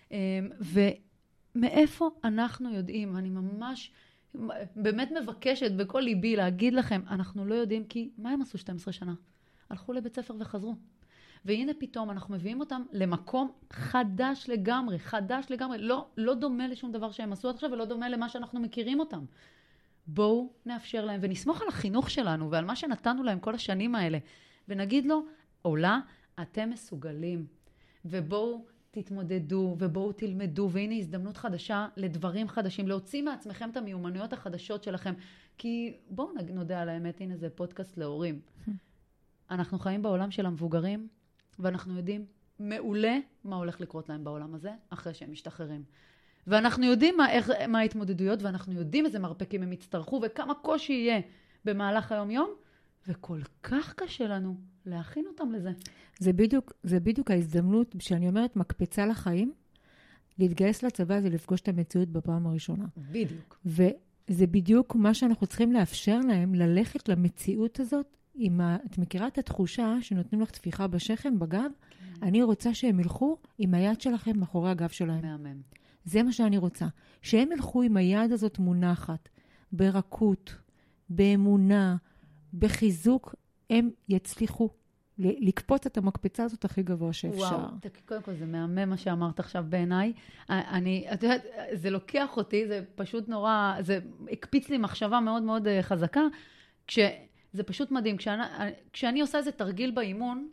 [SPEAKER 2] ומאיפה אנחנו יודעים? אני ממש באמת מבקשת בכל ליבי להגיד לכם, אנחנו לא יודעים, כי מה הם עשו 12 שנה? הלכו לבית ספר וחזרו. והנה פתאום אנחנו מביאים אותם למקום חדש לגמרי, לא דומה לשום דבר שהם עשו עד עכשיו, ולא דומה למה שאנחנו מכירים אותם. בואו נאפשר להם, ונסמוך על החינוך שלנו, ועל מה שנתנו להם כל השנים האלה, ונגיד לו, עולה, אתם מסוגלים, ובואו תתמודדו, ובואו תלמדו, והנה הזדמנות חדשה לדברים חדשים, להוציא מעצמכם את המיומנויות החדשות שלכם, כי בואו נודה על האמת, הנה זה פודקאסט להורים. אנחנו חיים בעולם של המבוגרים, ואנחנו יודעים מעולה מה הולך לקרות להם בעולם הזה, אחרי שהם משתחררים. ואנחנו יודעים מה ההתמודדויות, ואנחנו יודעים איזה מרפקים הם יצטרכו, וכמה קושי יהיה במהלך היום-יום, וכל כך קשה לנו להכין אותם לזה.
[SPEAKER 1] זה בדיוק ההזדמנות, שאני אומרת, מקפצה לחיים, להתגייס לצבא זה לפגוש את המציאות בפעם הראשונה.
[SPEAKER 2] בדיוק.
[SPEAKER 1] וזה בדיוק מה שאנחנו צריכים לאפשר להם, ללכת למציאות הזאת, את מכירה את התחושה שנותנים לך תפיחה בשכם, בגב? כן. אני רוצה שהם ילכו עם היד שלכם מאחורי הגב שלהם.
[SPEAKER 2] מהמם.
[SPEAKER 1] זה מה שאני רוצה. שהם ילכו עם היד הזאת מונחת, ברכות, באמונה, בחיזוק, הם יצליחו לקפוץ את המקפצה הזאת הכי גבוה שאפשר.
[SPEAKER 2] וואו, קודם כל זה מהמם מה שאמרת עכשיו בעיניי. את יודעת, זה לוקח אותי, זה פשוט נורא, זה הקפיץ לי מחשבה מאוד מאוד חזקה, זה פשוט מדהים. כשאני עושה איזה תרגיל באימון,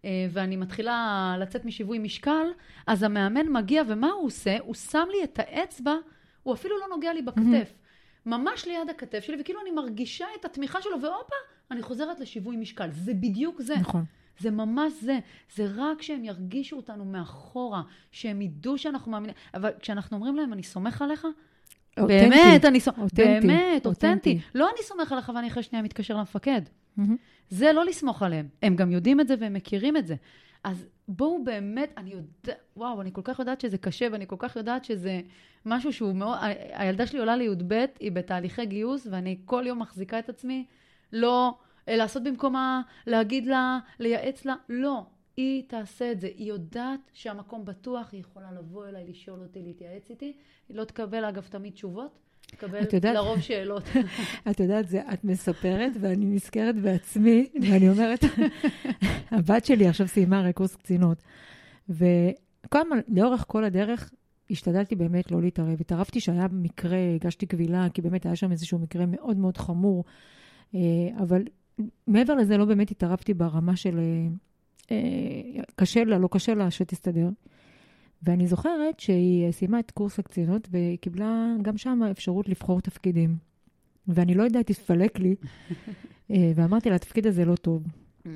[SPEAKER 2] ואני מתחילה לצאת משיווי משקל, אז המאמן מגיע, ומה הוא עושה? הוא שם לי את האצבע, הוא אפילו לא נוגע לי בכתף. ממש ליד הכתף שלי, וכאילו אני מרגישה את התמיכה שלו, ואופה, אני חוזרת לשיווי משקל. זה בדיוק זה.
[SPEAKER 1] נכון.
[SPEAKER 2] זה ממש זה. זה רק שהם ירגישו אותנו מאחורה, שהם ידעו שאנחנו מאמינים. אבל כשאנחנו אומרים להם, אני סומך עליך, באמת, באמת, אותנטי. לא אני סומך עליך ואני אחרי שנייה מתקשר למפקד. זה לא לסמוך עליהם. הם גם יודעים את זה והם מכירים את זה. אז בואו באמת, וואו, אני כל כך יודעת שזה קשה, ואני כל כך יודעת שזה משהו שהוא מאוד, הילדה שלי עולה לי"ב, היא בתהליכי גיוס, ואני כל יום מחזיקה את עצמי, לא לעשות במקומה, להגיד לה, לייעץ לה, לא. היא תעשה את זה. היא יודעת שהמקום בטוח, היא יכולה לבוא אליי, לשאול אותי, להתייעץ איתי. היא לא תקבל, אגב, תמיד תשובות. תקבל לרוב שאלות.
[SPEAKER 1] את יודעת, את מספרת, ואני נזכרת בעצמי, ואני אומרת, הבת שלי עכשיו סיימה קורס קצינות, לאורך כל הדרך, השתדלתי באמת לא להתערב. התערבתי שהיה מקרה, הגשתי קבילה, כי באמת היה שם איזשהו מקרה מאוד מאוד חמור, אבל מעבר לזה לא באמת התערבתי ברמה של קשה לה, לא קשה לה, שתסתדר. ואני זוכרת שהיא סיימה את קורס הקצינות, והיא קיבלה גם שם אפשרות לבחור תפקידים. ואני לא יודעת, תפלק לי, ואמרתי לה, התפקיד הזה לא טוב.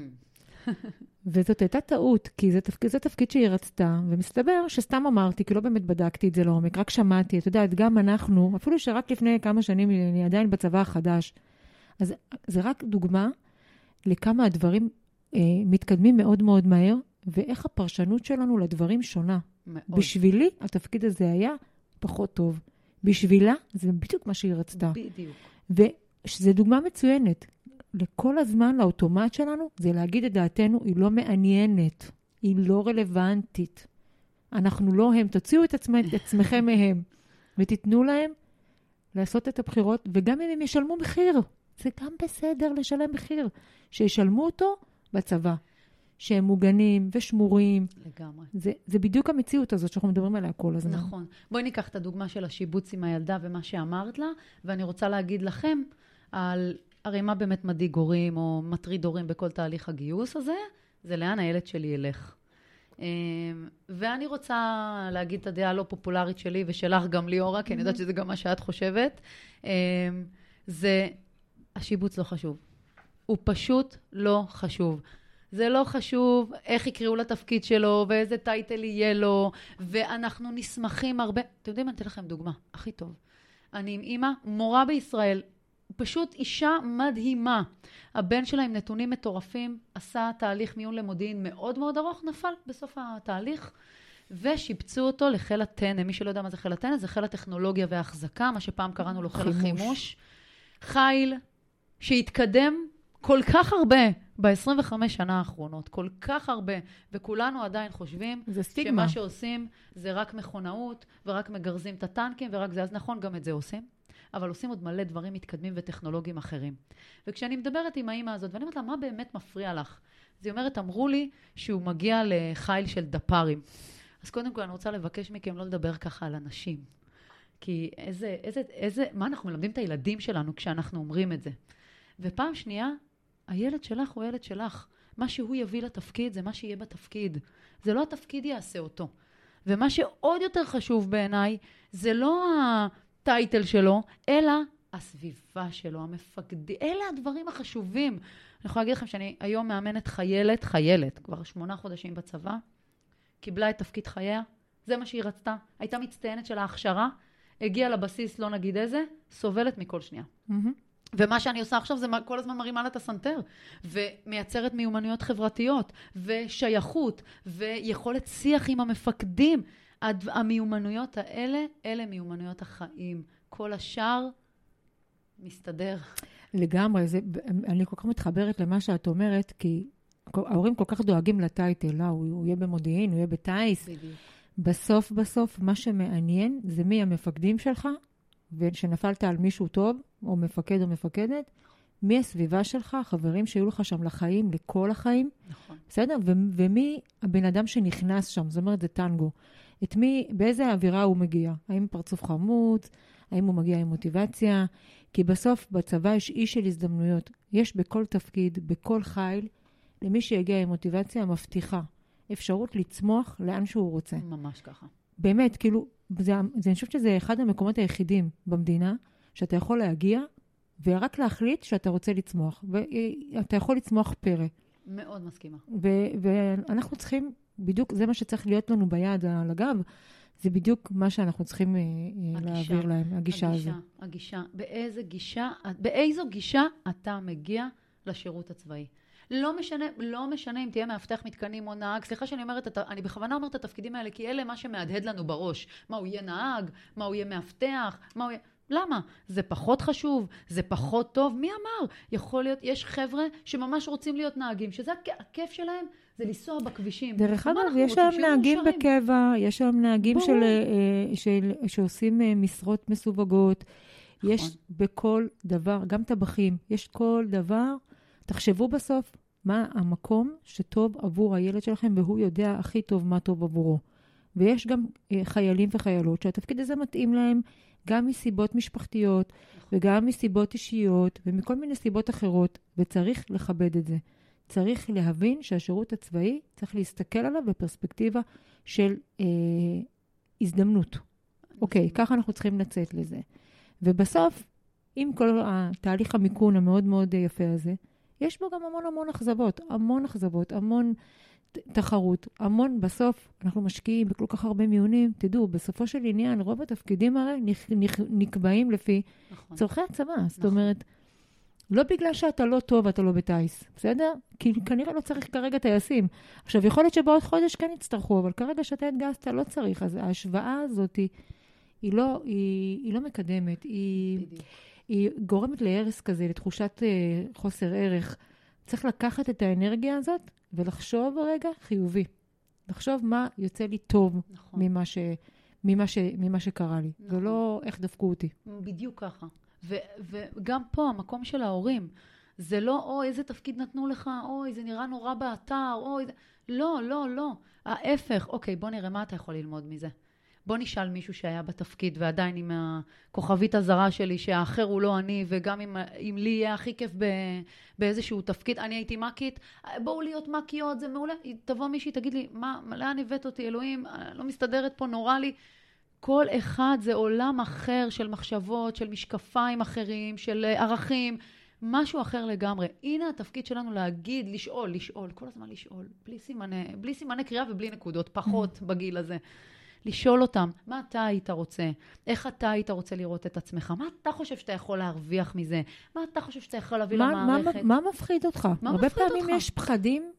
[SPEAKER 1] וזאת הייתה טעות, כי זה תפקיד שהיא רצתה, ומסתבר שסתם אמרתי, כי לא באמת בדקתי את זה לעומק, רק שמעתי, את יודעת, גם אנחנו, אפילו שרק לפני כמה שנים אני עדיין בצבא החדש, אז זה רק דוגמה לכמה הדברים מתקדמים מאוד מאוד מהר, ואיך הפרשנות שלנו לדברים שונה. מאוד. בשבילי, התפקיד הזה היה פחות טוב. בשבילה, זה בדיוק מה שהיא רצתה.
[SPEAKER 2] בדיוק.
[SPEAKER 1] ושזו דוגמה מצוינת. לכל הזמן, לאוטומט שלנו, זה להגיד את דעתנו, היא לא מעניינת, היא לא רלוונטית. אנחנו לא הם, תוציאו את עצמכם מהם, ותיתנו להם לעשות את הבחירות, וגם אם הם ישלמו מחיר, זה גם בסדר לשלם מחיר, שישלמו אותו בצבא. שהם מוגנים ושמורים.
[SPEAKER 2] לגמרי.
[SPEAKER 1] זה בדיוק המציאות הזאת שאנחנו מדברים עליה כל הזמן.
[SPEAKER 2] נכון. בואי ניקח את הדוגמה של השיבוץ עם הילדה ומה שאמרת לה, ואני רוצה להגיד לכם הרי מה באמת מדאיג הורים או מטריד הורים בכל תהליך הגיוס הזה, זה לאן הילד שלי ילך. ואני רוצה להגיד את הדעה הלא פופולרית שלי ושלך גם ליאורה, כי אני יודעת שזה גם מה שאת חושבת. זה, השיבוץ לא חשוב. הוא פשוט לא חשוב. זה לא חשוב איך יקראו לתפקיד שלו, ואיזה טייטל יהיה לו, ואנחנו נשמחים הרבה. אתם יודעים, אני אתן לכם דוגמה, הכי טוב. אני עם אמא, מורה בישראל, פשוט אישה מדהימה. הבן שלה עם נתונים מטורפים, עשה תהליך מיון למודיעין מאוד מאוד ארוך, נפל בסוף התהליך, ושיבצו אותו לחיל הטנא. מי שלא יודע מה זה חיל הטנא, זה חיל הטכנולוגיה וההחזקה, מה שפעם קראנו לו חיל החימוש. חיל שהתקדם כל כך הרבה ב-25 שנה האחרונות, כל כך הרבה, וכולנו עדיין חושבים שמה שעושים זה רק מכונאות, ורק מגרזים את הטנקים, ורק זה, אז נכון, גם את זה עושים, אבל עושים עוד מלא דברים מתקדמים וטכנולוגיים אחרים. וכשאני מדברת עם האמא הזאת, ואני אומרת לה, מה באמת מפריע לך? אז היא אומרת, אמרו לי שהוא מגיע לחיל של דפרים. אז קודם כל אני רוצה לבקש מכם לא לדבר ככה על אנשים. כי מה אנחנו מלמדים את הילדים שלנו כשאנחנו אומרים את זה? ופעם שנייה, הילד שלך הוא הילד שלך. מה שהוא יביא לתפקיד זה מה שיהיה בתפקיד. זה לא התפקיד יעשה אותו. ומה שעוד יותר חשוב בעיניי, זה לא הטייטל שלו, אלא הסביבה שלו, המפקדים. אלה הדברים החשובים. אני יכולה להגיד לכם שאני היום מאמנת חיילת, כבר 8 חודשים בצבא, קיבלה את תפקיד חייה, זה מה שהיא רצתה. הייתה מצטיינת של ההכשרה, הגיעה לבסיס, לא נגיד איזה, סובלת מכל שנייה. ומה שאני עושה עכשיו זה כל הזמן מרימה לה את הסנטר, ומייצרת מיומנויות חברתיות, ושייכות, ויכולת שיח עם המפקדים. המיומנויות האלה, אלה מיומנויות החיים. כל השאר מסתדר. לגמרי,
[SPEAKER 1] אני כל כך מתחברת למה שאת אומרת, כי ההורים כל כך דואגים לטייטל, הוא יהיה במודיעין, הוא יהיה בטייס. בסוף, מה שמעניין זה מי המפקדים שלך, ושנפלת על מישהו טוב, או מפקד או מפקדת, מי הסביבה שלך, חברים שהיו לך שם לחיים, לכל החיים.
[SPEAKER 2] נכון.
[SPEAKER 1] בסדר? ומי הבן אדם שנכנס שם, זאת אומרת, זה טנגו. באיזה אווירה הוא מגיע? האם פרצוף חמוץ? האם הוא מגיע עם מוטיבציה? כי בסוף בצבא יש איש של הזדמנויות. יש בכל תפקיד, בכל חיל, למי שיגיע עם מוטיבציה מבטיחה, אפשרות לצמוח לאן שהוא רוצה.
[SPEAKER 2] ממש ככה.
[SPEAKER 1] באמת, כאילו, אני חושבת שזה אחד המקומות היחידים במדינה, שאתה יכול להגיע, ורק להחליט שאתה רוצה לצמוח. ואתה יכול לצמוח פרא.
[SPEAKER 2] מאוד מסכימה.
[SPEAKER 1] ואנחנו צריכים, בדיוק, זה מה שצריך להיות לנו ביד על הגב, זה בדיוק מה שאנחנו צריכים להעביר להם, הגישה הזו.
[SPEAKER 2] הגישה. באיזו גישה אתה מגיע לשירות הצבאי? לא משנה אם תהיה מאבטח מתקנים או נהג. סליחה שאני אומרת, אני בכוונה אומרת את התפקידים האלה, כי אלה מה שמהדהד לנו בראש. מה, הוא יהיה נהג? מה, הוא יהיה מאבטח? מה הוא יהיה... למה? זה פחות חשוב, זה פחות טוב. מי אמר? יכול להיות, יש חבר'ה שממש רוצים להיות נהגים, שזה הכיף שלהם, זה לנסוע בכבישים.
[SPEAKER 1] דרך אגב, יש להם נהגים בקבע, יש להם נהגים שעושים משרות מסווגות, יש בכל דבר, גם טבחים, יש כל דבר, תחשבו בסוף מה המקום שטוב עבור הילד שלכם, והוא יודע הכי טוב מה טוב עבורו. ויש גם חיילים וחיילות שהתפקיד הזה מתאים להם, גם מסיבות משפחתיות, וגם מסיבות אישיות, ומכל מיני סיבות אחרות, וצריך לכבד את זה. צריך להבין שהשירות הצבאי צריך להסתכל עליו בפרספקטיבה של הזדמנות. אוקיי, ככה אנחנו צריכים לצאת לזה. ובסוף, עם כל התהליך המיקון המאוד מאוד יפה הזה, יש בו גם המון אכזבות, המון תחרות, המון בסוף, אנחנו משקיעים בכל כך הרבה מיונים, תדעו, בסופו של עניין, רוב התפקידים הרי נקבעים לפי צורכי הצבא. זאת אומרת, לא בגלל שאתה לא טוב, אתה לא בטייס, בסדר? כי כנראה לא צריך כרגע טייסים. עכשיו, יכול להיות שבעוד חודש כן יצטרכו, אבל כרגע שאתה התגייסת לא צריך. אז ההשוואה הזאת היא לא מקדמת, היא גורמת להרס כזה, לתחושת חוסר ערך. צריך לקחת את האנרגיה הזאת ולחשוב רגע חיובי. לחשוב מה יוצא לי טוב ממה שקרה לי. ולא איך דפקו אותי.
[SPEAKER 2] בדיוק ככה. וגם פה, המקום של ההורים, זה לא, איזה תפקיד נתנו לך, זה נראה נורא באתר, לא. ההפך, אוקיי, בוא נראה מה אתה יכול ללמוד מזה. בוא נשאל מישהו שהיה בתפקיד, ועדיין עם הכוכבית הזרה שלי, שהאחר הוא לא אני, וגם אם לי יהיה הכי כיף באיזשהו תפקיד, אני הייתי מקית, בואו להיות מקיות, זה מעולה. תבוא מישהי, תגיד לי, לאן הבאת אותי, אלוהים, לא מסתדרת פה, נורא לי. כל אחד זה עולם אחר של מחשבות, של משקפיים אחרים, של ערכים, משהו אחר לגמרי. הנה התפקיד שלנו להגיד, לשאול, כל הזמן לשאול, בלי סימני קריאה ובלי נקודות, פחות בגיל הזה. לשאול אותם, מה אתה היית רוצה? איך אתה היית רוצה לראות את עצמך? מה אתה חושב שאתה יכול להרוויח מזה? מה אתה חושב שאתה יכול להביא למערכת?
[SPEAKER 1] מה מפחיד אותך? הרבה פעמים יש פחדים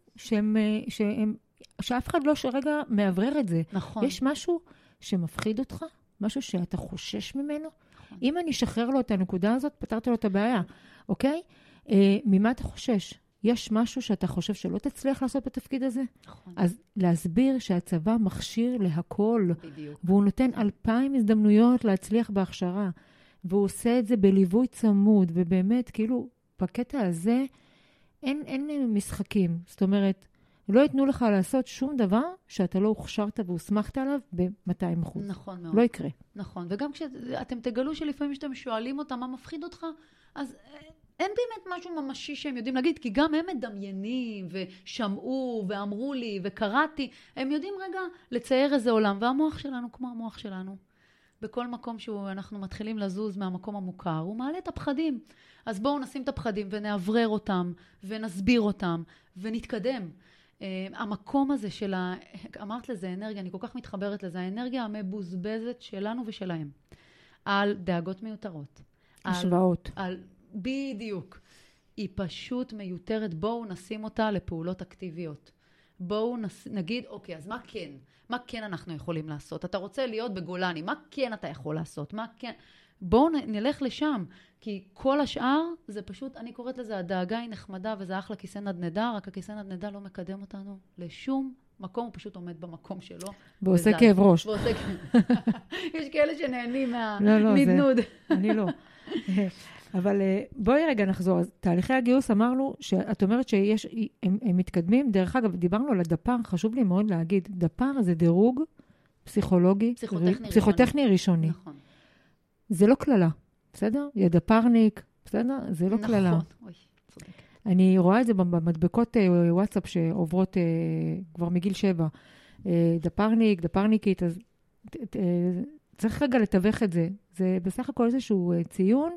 [SPEAKER 1] שאף אחד לא שרגע מעברר את זה.
[SPEAKER 2] נכון.
[SPEAKER 1] יש משהו שמפחיד אותך? משהו שאתה חושש ממנו? אם אני אשחרר לו את הנקודה הזאת, פתרתי לו את הבעיה. אוקיי? ממה אתה חושש? יש משהו שאתה חושב שלא תצליח לעשות בתפקיד הזה?
[SPEAKER 2] נכון.
[SPEAKER 1] אז להסביר שהצבא מכשיר להכל.
[SPEAKER 2] בדיוק.
[SPEAKER 1] והוא נותן 2,000 הזדמנויות להצליח בהכשרה. והוא עושה את זה בליווי צמוד. ובאמת, כאילו, בקטע הזה, אין משחקים. זאת אומרת, לא ייתנו לך לעשות שום דבר שאתה לא הוכשרת והוסמכת עליו ב-200%.
[SPEAKER 2] נכון מאוד.
[SPEAKER 1] לא יקרה.
[SPEAKER 2] נכון. וגם כשאתם תגלו שלפעמים שאתם שואלים אותם מה מפחיד אותך, אז אין באמת משהו ממשי שהם יודעים להגיד, כי גם הם מדמיינים ושמעו ואמרו לי וקראתי, הם יודעים רגע לצייר איזה עולם, והמוח שלנו כמו המוח שלנו. בכל מקום שאנחנו מתחילים לזוז מהמקום המוכר, הוא מעלה את הפחדים. אז בואו נשים את הפחדים ונעברר אותם ונסביר אותם ונתקדם. המקום הזה של, אמרת לזה אנרגיה, אני כל כך מתחברת לזה, האנרגיה המבוזבזת שלנו ושלהם, על דאגות מיותרות.
[SPEAKER 1] השוואות.
[SPEAKER 2] בדיוק. היא פשוט מיותרת, בואו נשים אותה לפעולות אקטיביות. בואו נגיד, אוקיי, אז מה כן? מה כן אנחנו יכולים לעשות? אתה רוצה להיות בגולני, מה כן אתה יכול לעשות? מה כן? בואו נלך לשם, כי כל השאר זה פשוט, אני קוראת לזה, הדאגה היא נחמדה וזה אחלה כיסא נדנדה, רק הכיסא נדנדה לא מקדם אותנו לשום מקום, הוא פשוט עומד במקום שלו.
[SPEAKER 1] ועושה כאב ראש.
[SPEAKER 2] יש כאלה שנהנים מהנדנוד.
[SPEAKER 1] אני לא. אבל בואי רגע נחזור. אז תהליכי הגיוס אמרנו שאת אומרת הם מתקדמים. דרך אגב, דיברנו על הדפ"ר, חשוב לי מאוד להגיד, דפ"ר זה דירוג פסיכולוגי, פסיכוטכני ראשוני.
[SPEAKER 2] נכון.
[SPEAKER 1] זה לא כללה, בסדר? ידפ"רניק, בסדר? זה לא כללה.
[SPEAKER 2] נכון, אוי, צודק.
[SPEAKER 1] אני רואה את זה במדבקות וואטסאפ שעוברות כבר מגיל 7. דפרניק, דפרניקית, אז צריך רגע לתווך את זה. זה בסך הכל איזשהו ציון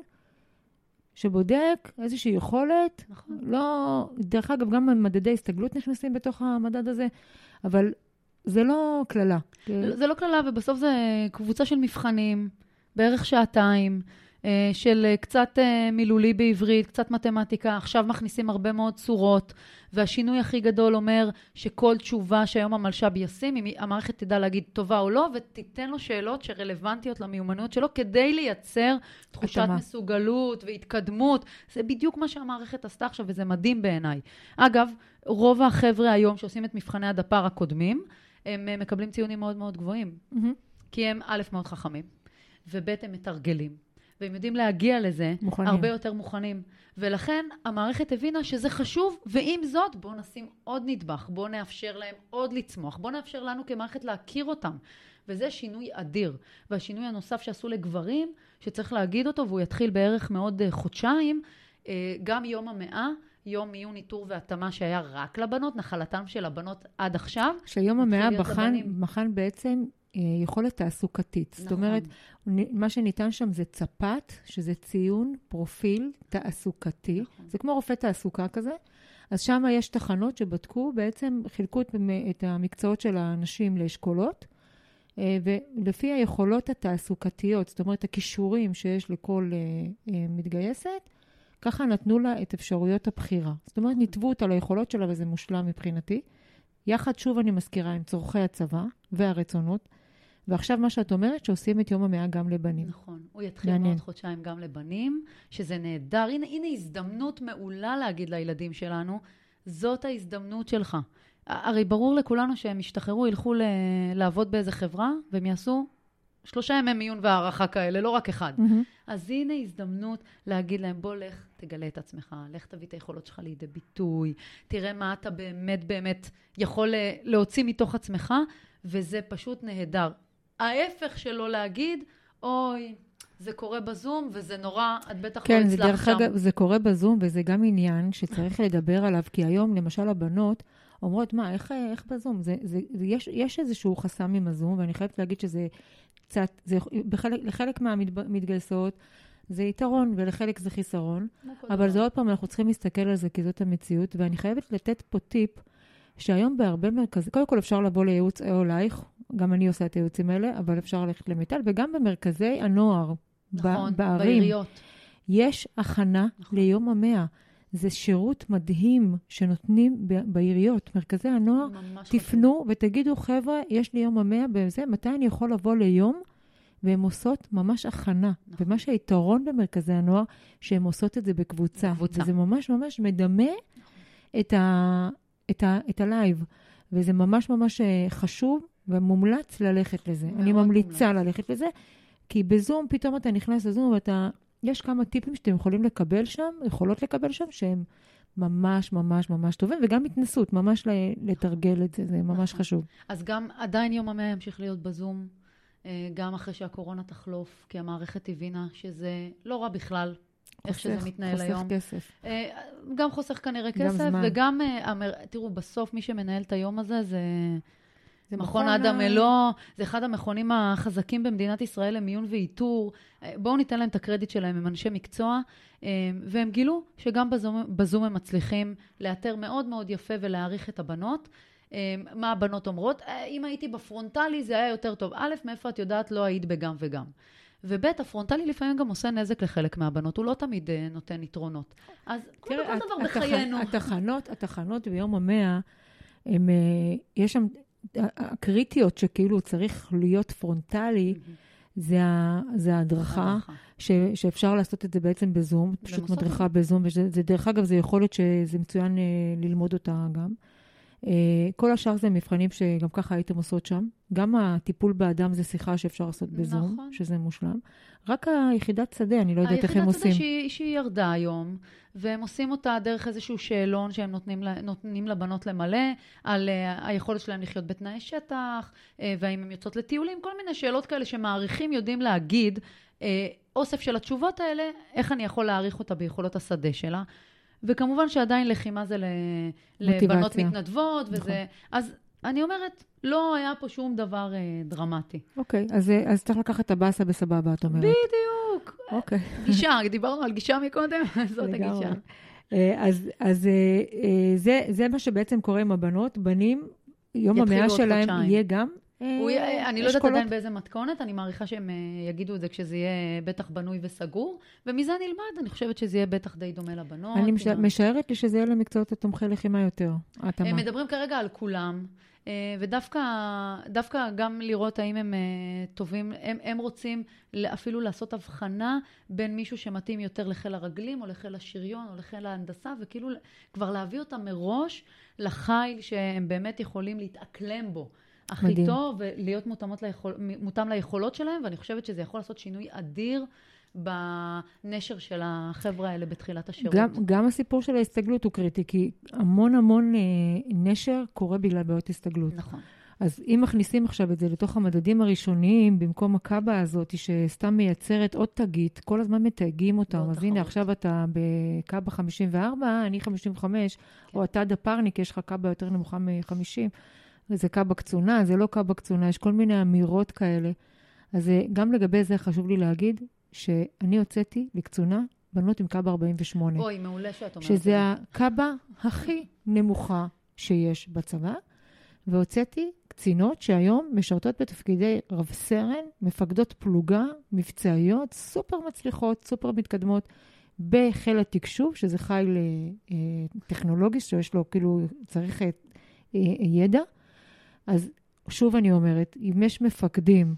[SPEAKER 1] שבודק איזושהי יכולת.
[SPEAKER 2] נכון.
[SPEAKER 1] לא, דרך אגב, גם מדדי הסתגלות נכנסים בתוך המדד הזה, אבל זה לא כללה.
[SPEAKER 2] זה לא כללה, ובסוף זה קבוצה של מבחנים, בערך שעתיים, של קצת מילולי בעברית, קצת מתמטיקה, עכשיו מכניסים הרבה מאוד צורות, והשינוי הכי גדול אומר שכל תשובה שהיום המלש"ב ישים, אם המערכת תדע להגיד טובה או לא, ותיתן לו שאלות שרלוונטיות למיומנויות שלו, כדי לייצר תחושת מסוגלות והתקדמות. זה בדיוק מה שהמערכת עשתה עכשיו, וזה מדהים בעיניי. אגב, רוב החבר'ה היום שעושים את מבחני הדפ"ר הקודמים, הם מקבלים ציונים מאוד מאוד גבוהים. כי הם א' מאוד חכמים, וב' הם מתרגלים. והם יודעים להגיע לזה מוכנים. הרבה יותר מוכנים. ולכן המערכת הבינה שזה חשוב, ועם זאת בואו נשים עוד נדבך, בואו נאפשר להם עוד לצמוח, בואו נאפשר לנו כמערכת להכיר אותם. וזה שינוי אדיר. והשינוי הנוסף שעשו לגברים, שצריך להגיד אותו, והוא יתחיל בערך מאוד חודשיים, גם יום המאה, יום מיון איתור והתאמה שהיה רק לבנות, נחלתם של הבנות עד עכשיו.
[SPEAKER 1] שיום המאה בחן בעצם יכולת תעסוקתית. נכון. זאת אומרת, מה שניתן שם זה צפת, שזה ציון, פרופיל תעסוקתי. נכון. זה כמו רופא תעסוקה כזה. אז שם יש תחנות שבדקו, בעצם חילקו את המקצועות של האנשים לאשכולות, ולפי היכולות התעסוקתיות, זאת אומרת, הכישורים שיש לכל מתגייסת, ככה נתנו לה את אפשרויות הבחירה. זאת אומרת, ניתבו אותה ליכולות שלה, וזה מושלם מבחינתי. יחד, שוב אני מזכירה, עם צורכי הצבא והרצונות, ועכשיו מה שאת אומרת, שעושים את יום המאה גם לבנים.
[SPEAKER 2] נכון, הוא יתחיל מאוד חודשיים גם לבנים, שזה נהדר. הנה הזדמנות מעולה להגיד לילדים שלנו, זאת ההזדמנות שלך. הרי ברור לכולנו שהם ישתחררו, ילכו לעבוד באיזה חברה, והם יעשו 3 ימי מיון והערכה כאלה, לא רק אחד. אז הנה הזדמנות להגיד להם, בוא לך, תגלה את עצמך, לך תביא את היכולות שלך לידי ביטוי, תראה מה אתה באמת יכול להוציא מתוך עצמך, וזה פשוט נהדר. ההפך שלו להגיד, אוי, זה קורה בזום, וזה נורא, את בטח לא הצלח שם.
[SPEAKER 1] כן, זה קורה בזום, וזה גם עניין שצריך לדבר עליו, כי היום, למשל, הבנות אומרות, מה, איך בזום? יש איזשהו חסם עם הזום, ואני חייבת להגיד שזה קצת, לחלק מהמתגייסות, זה יתרון, ולחלק זה חיסרון, אבל זה עוד פעם, אנחנו צריכים להסתכל על זה, כי זאת המציאות, ואני חייבת לתת פה טיפ, שהיום בהרבה מרכזים, קודם כל אפשר לבוא לייעוץ או אלייך, גם אני עושה את הייעוצים האלה, אבל אפשר ללכת למיטל, וגם במרכזי הנוער,
[SPEAKER 2] נכון,
[SPEAKER 1] בערים,
[SPEAKER 2] בעיריות.
[SPEAKER 1] יש הכנה ליום המאה. זה שירות מדהים שנותנים בעיריות, מרכזי הנוער, תפנו ותגידו, חבר'ה, יש לי יום המאה בזה, מתי אני יכול לבוא ליום? והן עושות ממש הכנה. ומה שהיתרון במרכזי הנוער, שהן עושות את זה בקבוצה. וזה ממש ממש מדמה את הלייב. וזה ממש ממש חשוב ומומלץ ללכת לזה. אני ממליצה ללכת לזה, כי בזום פתאום אתה נכנס לזום ואתה... יש כמה טיפים שאתם יכולים לקבל שם, יכולות לקבל שם, שהם ממש ממש ממש טובים, וגם התנסות, ממש לתרגל את זה, זה ממש חשוב.
[SPEAKER 2] אז גם עדיין יום המאה ימשיך להיות בזום, גם אחרי שהקורונה תחלוף, כי המערכת הבינה שזה לא רע בכלל, איך שזה מתנהל היום.
[SPEAKER 1] חוסך כסף.
[SPEAKER 2] גם חוסך כנראה כסף, וגם, תראו, בסוף מי שמנהל את היום הזה זה... מכון אדם אלו, זה אחד המכונים החזקים במדינת ישראל למיון ואיתור. בואו ניתן להם את הקרדיט שלהם, הם אנשי מקצוע, והם גילו שגם בזום הם מצליחים לאתר מאוד מאוד יפה ולהעריך את הבנות. מה הבנות אומרות? אם הייתי בפרונטלי זה היה יותר טוב. א', מאיפה את יודעת לא היית בגם וגם. וב', הפרונטלי לפעמים גם עושה נזק לחלק מהבנות, הוא לא תמיד נותן יתרונות. אז כל דבר בחיינו.
[SPEAKER 1] התחנות ביום המאה, יש שם... הקריטיות שכאילו צריך להיות פרונטלי, זה ההדרכה, שאפשר לעשות את זה בעצם בזום, פשוט מדריכה בזום, וזה דרך אגב, זה יכולת שזה מצוין ללמוד אותה גם. כל השאר זה מבחנים שגם ככה הייתם עושות שם. גם הטיפול באדם זה שיחה שאפשר לעשות בזום, שזה מושלם. רק היחידת שדה, אני לא יודעת איך הם עושים.
[SPEAKER 2] היחידת שדה שהיא ירדה היום, והם עושים אותה דרך איזשהו שאלון שהם נותנים לבנות למלא, על היכולת שלהם לחיות בתנאי שטח, והאם הם יוצאות לטיולים, כל מיני שאלות כאלה שמעריכים יודעים להגיד, אוסף של התשובות האלה, איך אני יכול להעריך אותה ביכולות השדה שלה. וכמובן שעדיין לחימה זה לבנות מתנדבות, וזה... אז אני אומרת, לא היה פה שום דבר דרמטי.
[SPEAKER 1] אוקיי, אז צריך לקחת את הבאסה בסבבה, את אומרת.
[SPEAKER 2] בדיוק.
[SPEAKER 1] אוקיי.
[SPEAKER 2] גישה, דיברנו על גישה מקודם, זאת הגישה.
[SPEAKER 1] אז זה מה שבעצם קורה עם הבנות. בנים, יום המאה שלהם יהיה גם...
[SPEAKER 2] אני לא יודעת עדיין באיזה מתכונת, אני מעריכה שהם יגידו את זה כשזה יהיה בטח בנוי וסגור, ומזה נלמד, אני חושבת שזה יהיה בטח די דומה לבנות.
[SPEAKER 1] אני משערת לי שזה יהיה למקצועות התומכי לחימה יותר.
[SPEAKER 2] הם מדברים כרגע על כולם, ודווקא גם לראות האם הם טובים, הם רוצים אפילו לעשות הבחנה בין מישהו שמתאים יותר לחיל הרגלים, או לחיל השריון, או לחיל ההנדסה, וכאילו כבר להביא אותם מראש לחיל שהם באמת יכולים להתאקלם בו. הכי מדהים. טוב, ולהיות מותאם ליכולות שלהם, ואני חושבת שזה יכול לעשות שינוי אדיר בנשר של החבר'ה האלה בתחילת השירות.
[SPEAKER 1] גם הסיפור של ההסתגלות הוא קריטי, כי המון נשר קורה בגלל בעיות הסתגלות.
[SPEAKER 2] נכון.
[SPEAKER 1] אז אם מכניסים עכשיו את זה לתוך המדדים הראשוניים, במקום הקאבה הזאת, שסתם מייצרת עוד תגית, כל הזמן מתייגים אותם. אז הנה, עכשיו אתה בקאבה 54, אני 55, כן. או אתה דפרניק, יש לך קאבה יותר נמוכה מ-50. זה קאבה קצונה, זה לא קאבה קצונה, יש כל מיני אמירות כאלה. אז גם לגבי זה חשוב לי להגיד, שאני הוצאתי לקצונה בנות עם קאבה 48.
[SPEAKER 2] אוי, מעולה שאת אומרת.
[SPEAKER 1] שזה הקאבה הכי נמוכה שיש בצבא, והוצאתי קצינות שהיום משרתות בתפקידי רב סרן, מפקדות פלוגה, מבצעיות, סופר מצליחות, סופר מתקדמות, בחיל התקשוב, שזה חיל טכנולוגי, שיש לו כאילו צריך ידע. אז שוב אני אומרת, אם יש מפקדים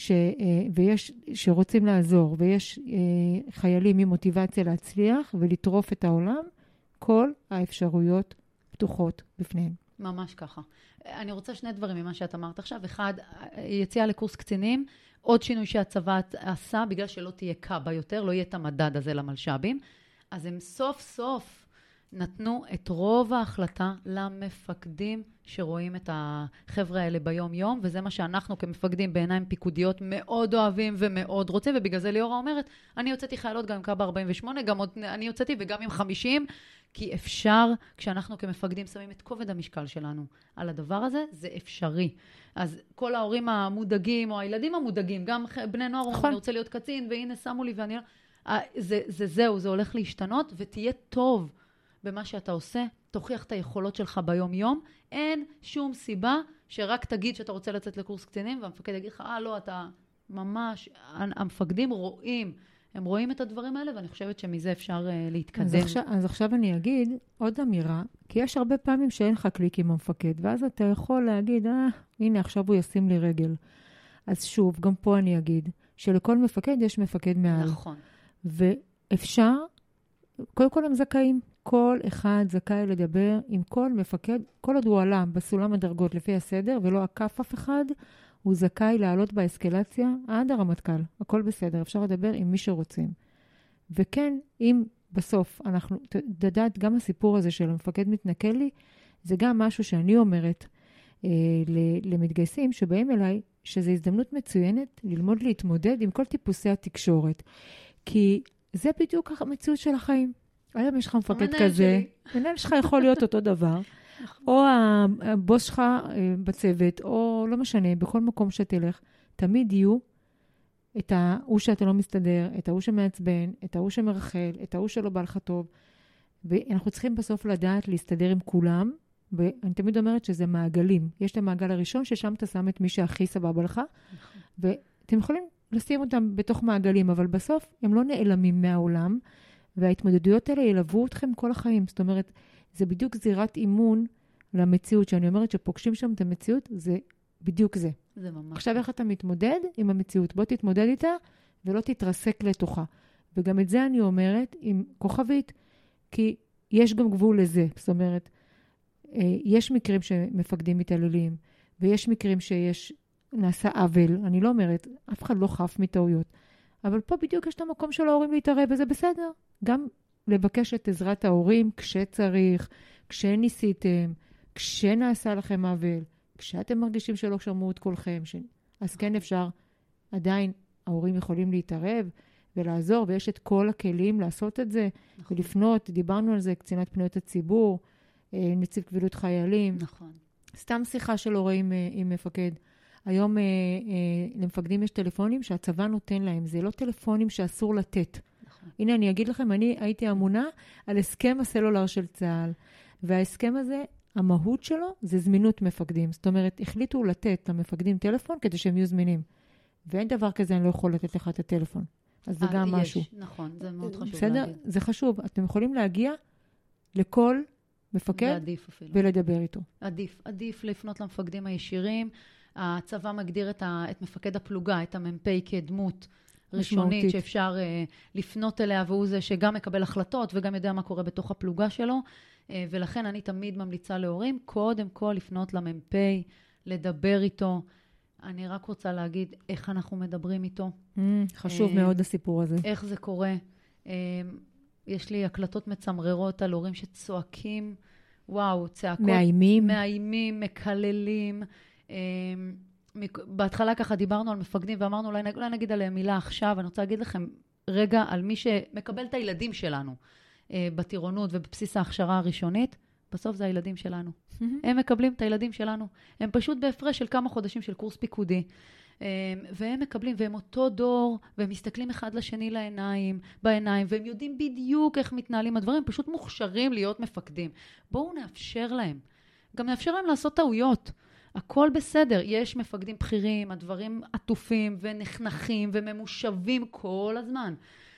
[SPEAKER 1] שרוצים לעזור, ויש חיילים עם מוטיבציה להצליח ולטרוף את העולם, כל האפשרויות פתוחות בפניהם.
[SPEAKER 2] ממש ככה. אני רוצה שני דברים ממה שאת אמרת עכשיו. אחד, יציאה לקורס קצינים, עוד שינוי שהצבא עשה, בגלל שלא תהיה קאבה יותר, לא יהיה את המדד הזה למלשבים. אז הם סוף סוף נתנו את רוב ההחלטה למפקדים שרואים את החבר'ה האלה ביום יום, וזה מה שאנחנו כמפקדים בעיניים פיקודיות מאוד אוהבים ומאוד רוצים, ובגלל זה ליאורה אומרת, אני יוצאתי חיילות גם עם קאבה 48, גם עוד, אני יוצאתי וגם עם 50, כי אפשר, כשאנחנו כמפקדים שמים את כובד המשקל שלנו על הדבר הזה, זה אפשרי. אז כל ההורים המודאגים, או הילדים המודאגים, גם בני נוער אומרים, אני רוצה להיות קצין, והנה שמו לי ואני לא... זהו, זה הולך להשתנות, ותהיה טוב במה שאתה עושה, תוכיח את היכולות שלך ביום יום, אין שום סיבה שרק תגיד שאתה רוצה לצאת לקורס קצינים, והמפקד יגיד לך, לא, אתה ממש, המפקדים רואים, הם רואים את הדברים האלה, ואני חושבת שמזה אפשר להתקדם.
[SPEAKER 1] אז עכשיו אני אגיד עוד אמירה, כי יש הרבה פעמים שאין לך קליק עם המפקד, ואז אתה יכול להגיד, הנה עכשיו הוא ישים לי רגל. אז שוב, גם פה אני אגיד, שלכל מפקד יש מפקד מעל.
[SPEAKER 2] נכון.
[SPEAKER 1] ואפשר, קודם כל הם זכאים, כל אחד זכאי לדבר עם כל מפקד, כל עוד הוא עלה בסולם הדרגות לפי הסדר, ולא עקף אף אחד, הוא זכאי לעלות באסקלציה עד הרמטכ"ל. הכל בסדר, אפשר לדבר עם מי שרוצים. וכן, אם בסוף אנחנו, תדעת, גם הסיפור הזה של המפקד מתנכל לי, זה גם משהו שאני אומרת למתגייסים שבאים אליי, שזו הזדמנות מצוינת ללמוד להתמודד עם כל טיפוסי התקשורת. כי זה בדיוק המציאות של החיים. היום יש לך מפקד כזה, מנהל שלך יכול להיות אותו דבר, או הבוס שלך בצוות, או לא משנה, בכל מקום שתלך, תמיד יהיו את ההוא שאתה לא מסתדר, את ההוא שמעצבן, את ההוא שמרחל, את ההוא שלא בא לך טוב, ואנחנו צריכים בסוף לדעת להסתדר עם כולם, ואני תמיד אומרת שזה מעגלים. יש את המעגל הראשון, ששם אתה שם את מי שהכי סבבה לך, ואתם יכולים לשים אותם בתוך מעגלים, אבל בסוף הם לא נעלמים מהעולם, וההתמודדויות האלה ילוו אתכם כל החיים. זאת אומרת, זה בדיוק זירת אימון למציאות, שאני אומרת שפוגשים שם את המציאות, זה בדיוק זה.
[SPEAKER 2] זה ממש.
[SPEAKER 1] עכשיו איך אתה מתמודד עם המציאות? בוא תתמודד איתה, ולא תתרסק לתוכה. וגם את זה אני אומרת עם כוכבית, כי יש גם גבול לזה. זאת אומרת, יש מקרים שמפקדים מתעללים, ויש מקרים שיש, נעשה עוול. אני לא אומרת, אף אחד לא חף מטעויות. אבל פה בדיוק יש את המקום של ההורים להתערב, וזה בסדר. גם לבקש את עזרת ההורים כשצריך, כשניסיתם, כשנעשה לכם עוול, כשאתם מרגישים שלא שמעו את כולכם. אז כן אפשר, עדיין ההורים יכולים להתערב, ולעזור, ויש את כל הכלים לעשות את זה,
[SPEAKER 2] נכון.
[SPEAKER 1] ולפנות, דיברנו על זה, קצינת פניות הציבור, נציב קבילות חיילים.
[SPEAKER 2] נכון.
[SPEAKER 1] סתם שיחה של הורה עם מפקד. היום למפקדים יש טלפונים שהצבא נותן להם, זה לא טלפונים שאסור לתת.
[SPEAKER 2] נכון.
[SPEAKER 1] הנה, אני אגיד לכם, אני הייתי אמונה על הסכם הסלולר של צה"ל, וההסכם הזה, המהות שלו זה זמינות מפקדים. זאת אומרת, החליטו לתת למפקדים טלפון כדי שהם יהיו זמינים. ואין דבר כזה, אני לא יכול לתת לך את הטלפון. אז זה גם משהו.
[SPEAKER 2] נכון, זה מאוד חשוב
[SPEAKER 1] בסדר?
[SPEAKER 2] להגיד.
[SPEAKER 1] זה חשוב. אתם יכולים להגיע לכל מפקד ולדבר איתו.
[SPEAKER 2] עדיף לפנות למפקדים הישירים. הצבא מגדיר את מפקד הפלוגה, את המ"פ כדמות ראשונית שאפשר לפנות אליה, והוא זה שגם מקבל החלטות וגם יודע מה קורה בתוך הפלוגה שלו. ולכן אני תמיד ממליצה להורים, קודם כל לפנות למ"פ, לדבר איתו. אני רק רוצה להגיד איך אנחנו מדברים איתו.
[SPEAKER 1] חשוב מאוד הסיפור הזה.
[SPEAKER 2] איך זה קורה. יש לי הקלטות מצמררות על הורים שצועקים, וואו, צעקות. מאיימים, מקללים. בהתחלה ככה דיברנו על מפקדים ואמרנו, אולי נגיד עליהם מילה עכשיו. אני רוצה להגיד לכם רגע על מי שמקבל את הילדים שלנו בטירונות ובבסיס ההכשרה הראשונית. בסוף זה הילדים שלנו. הם מקבלים את הילדים שלנו. הם פשוט בהפרש של כמה חודשים של קורס פיקודי. והם מקבלים, והם אותו דור, והם מסתכלים אחד לשני בעיניים, והם יודעים בדיוק איך מתנהלים הדברים, פשוט מוכשרים להיות מפקדים. בואו נאפשר להם. גם נאפשר להם לעשות טעויות. הכל בסדר. יש מפקדים בכירים, הדברים עטופים ונחנכים וממושבים כל הזמן.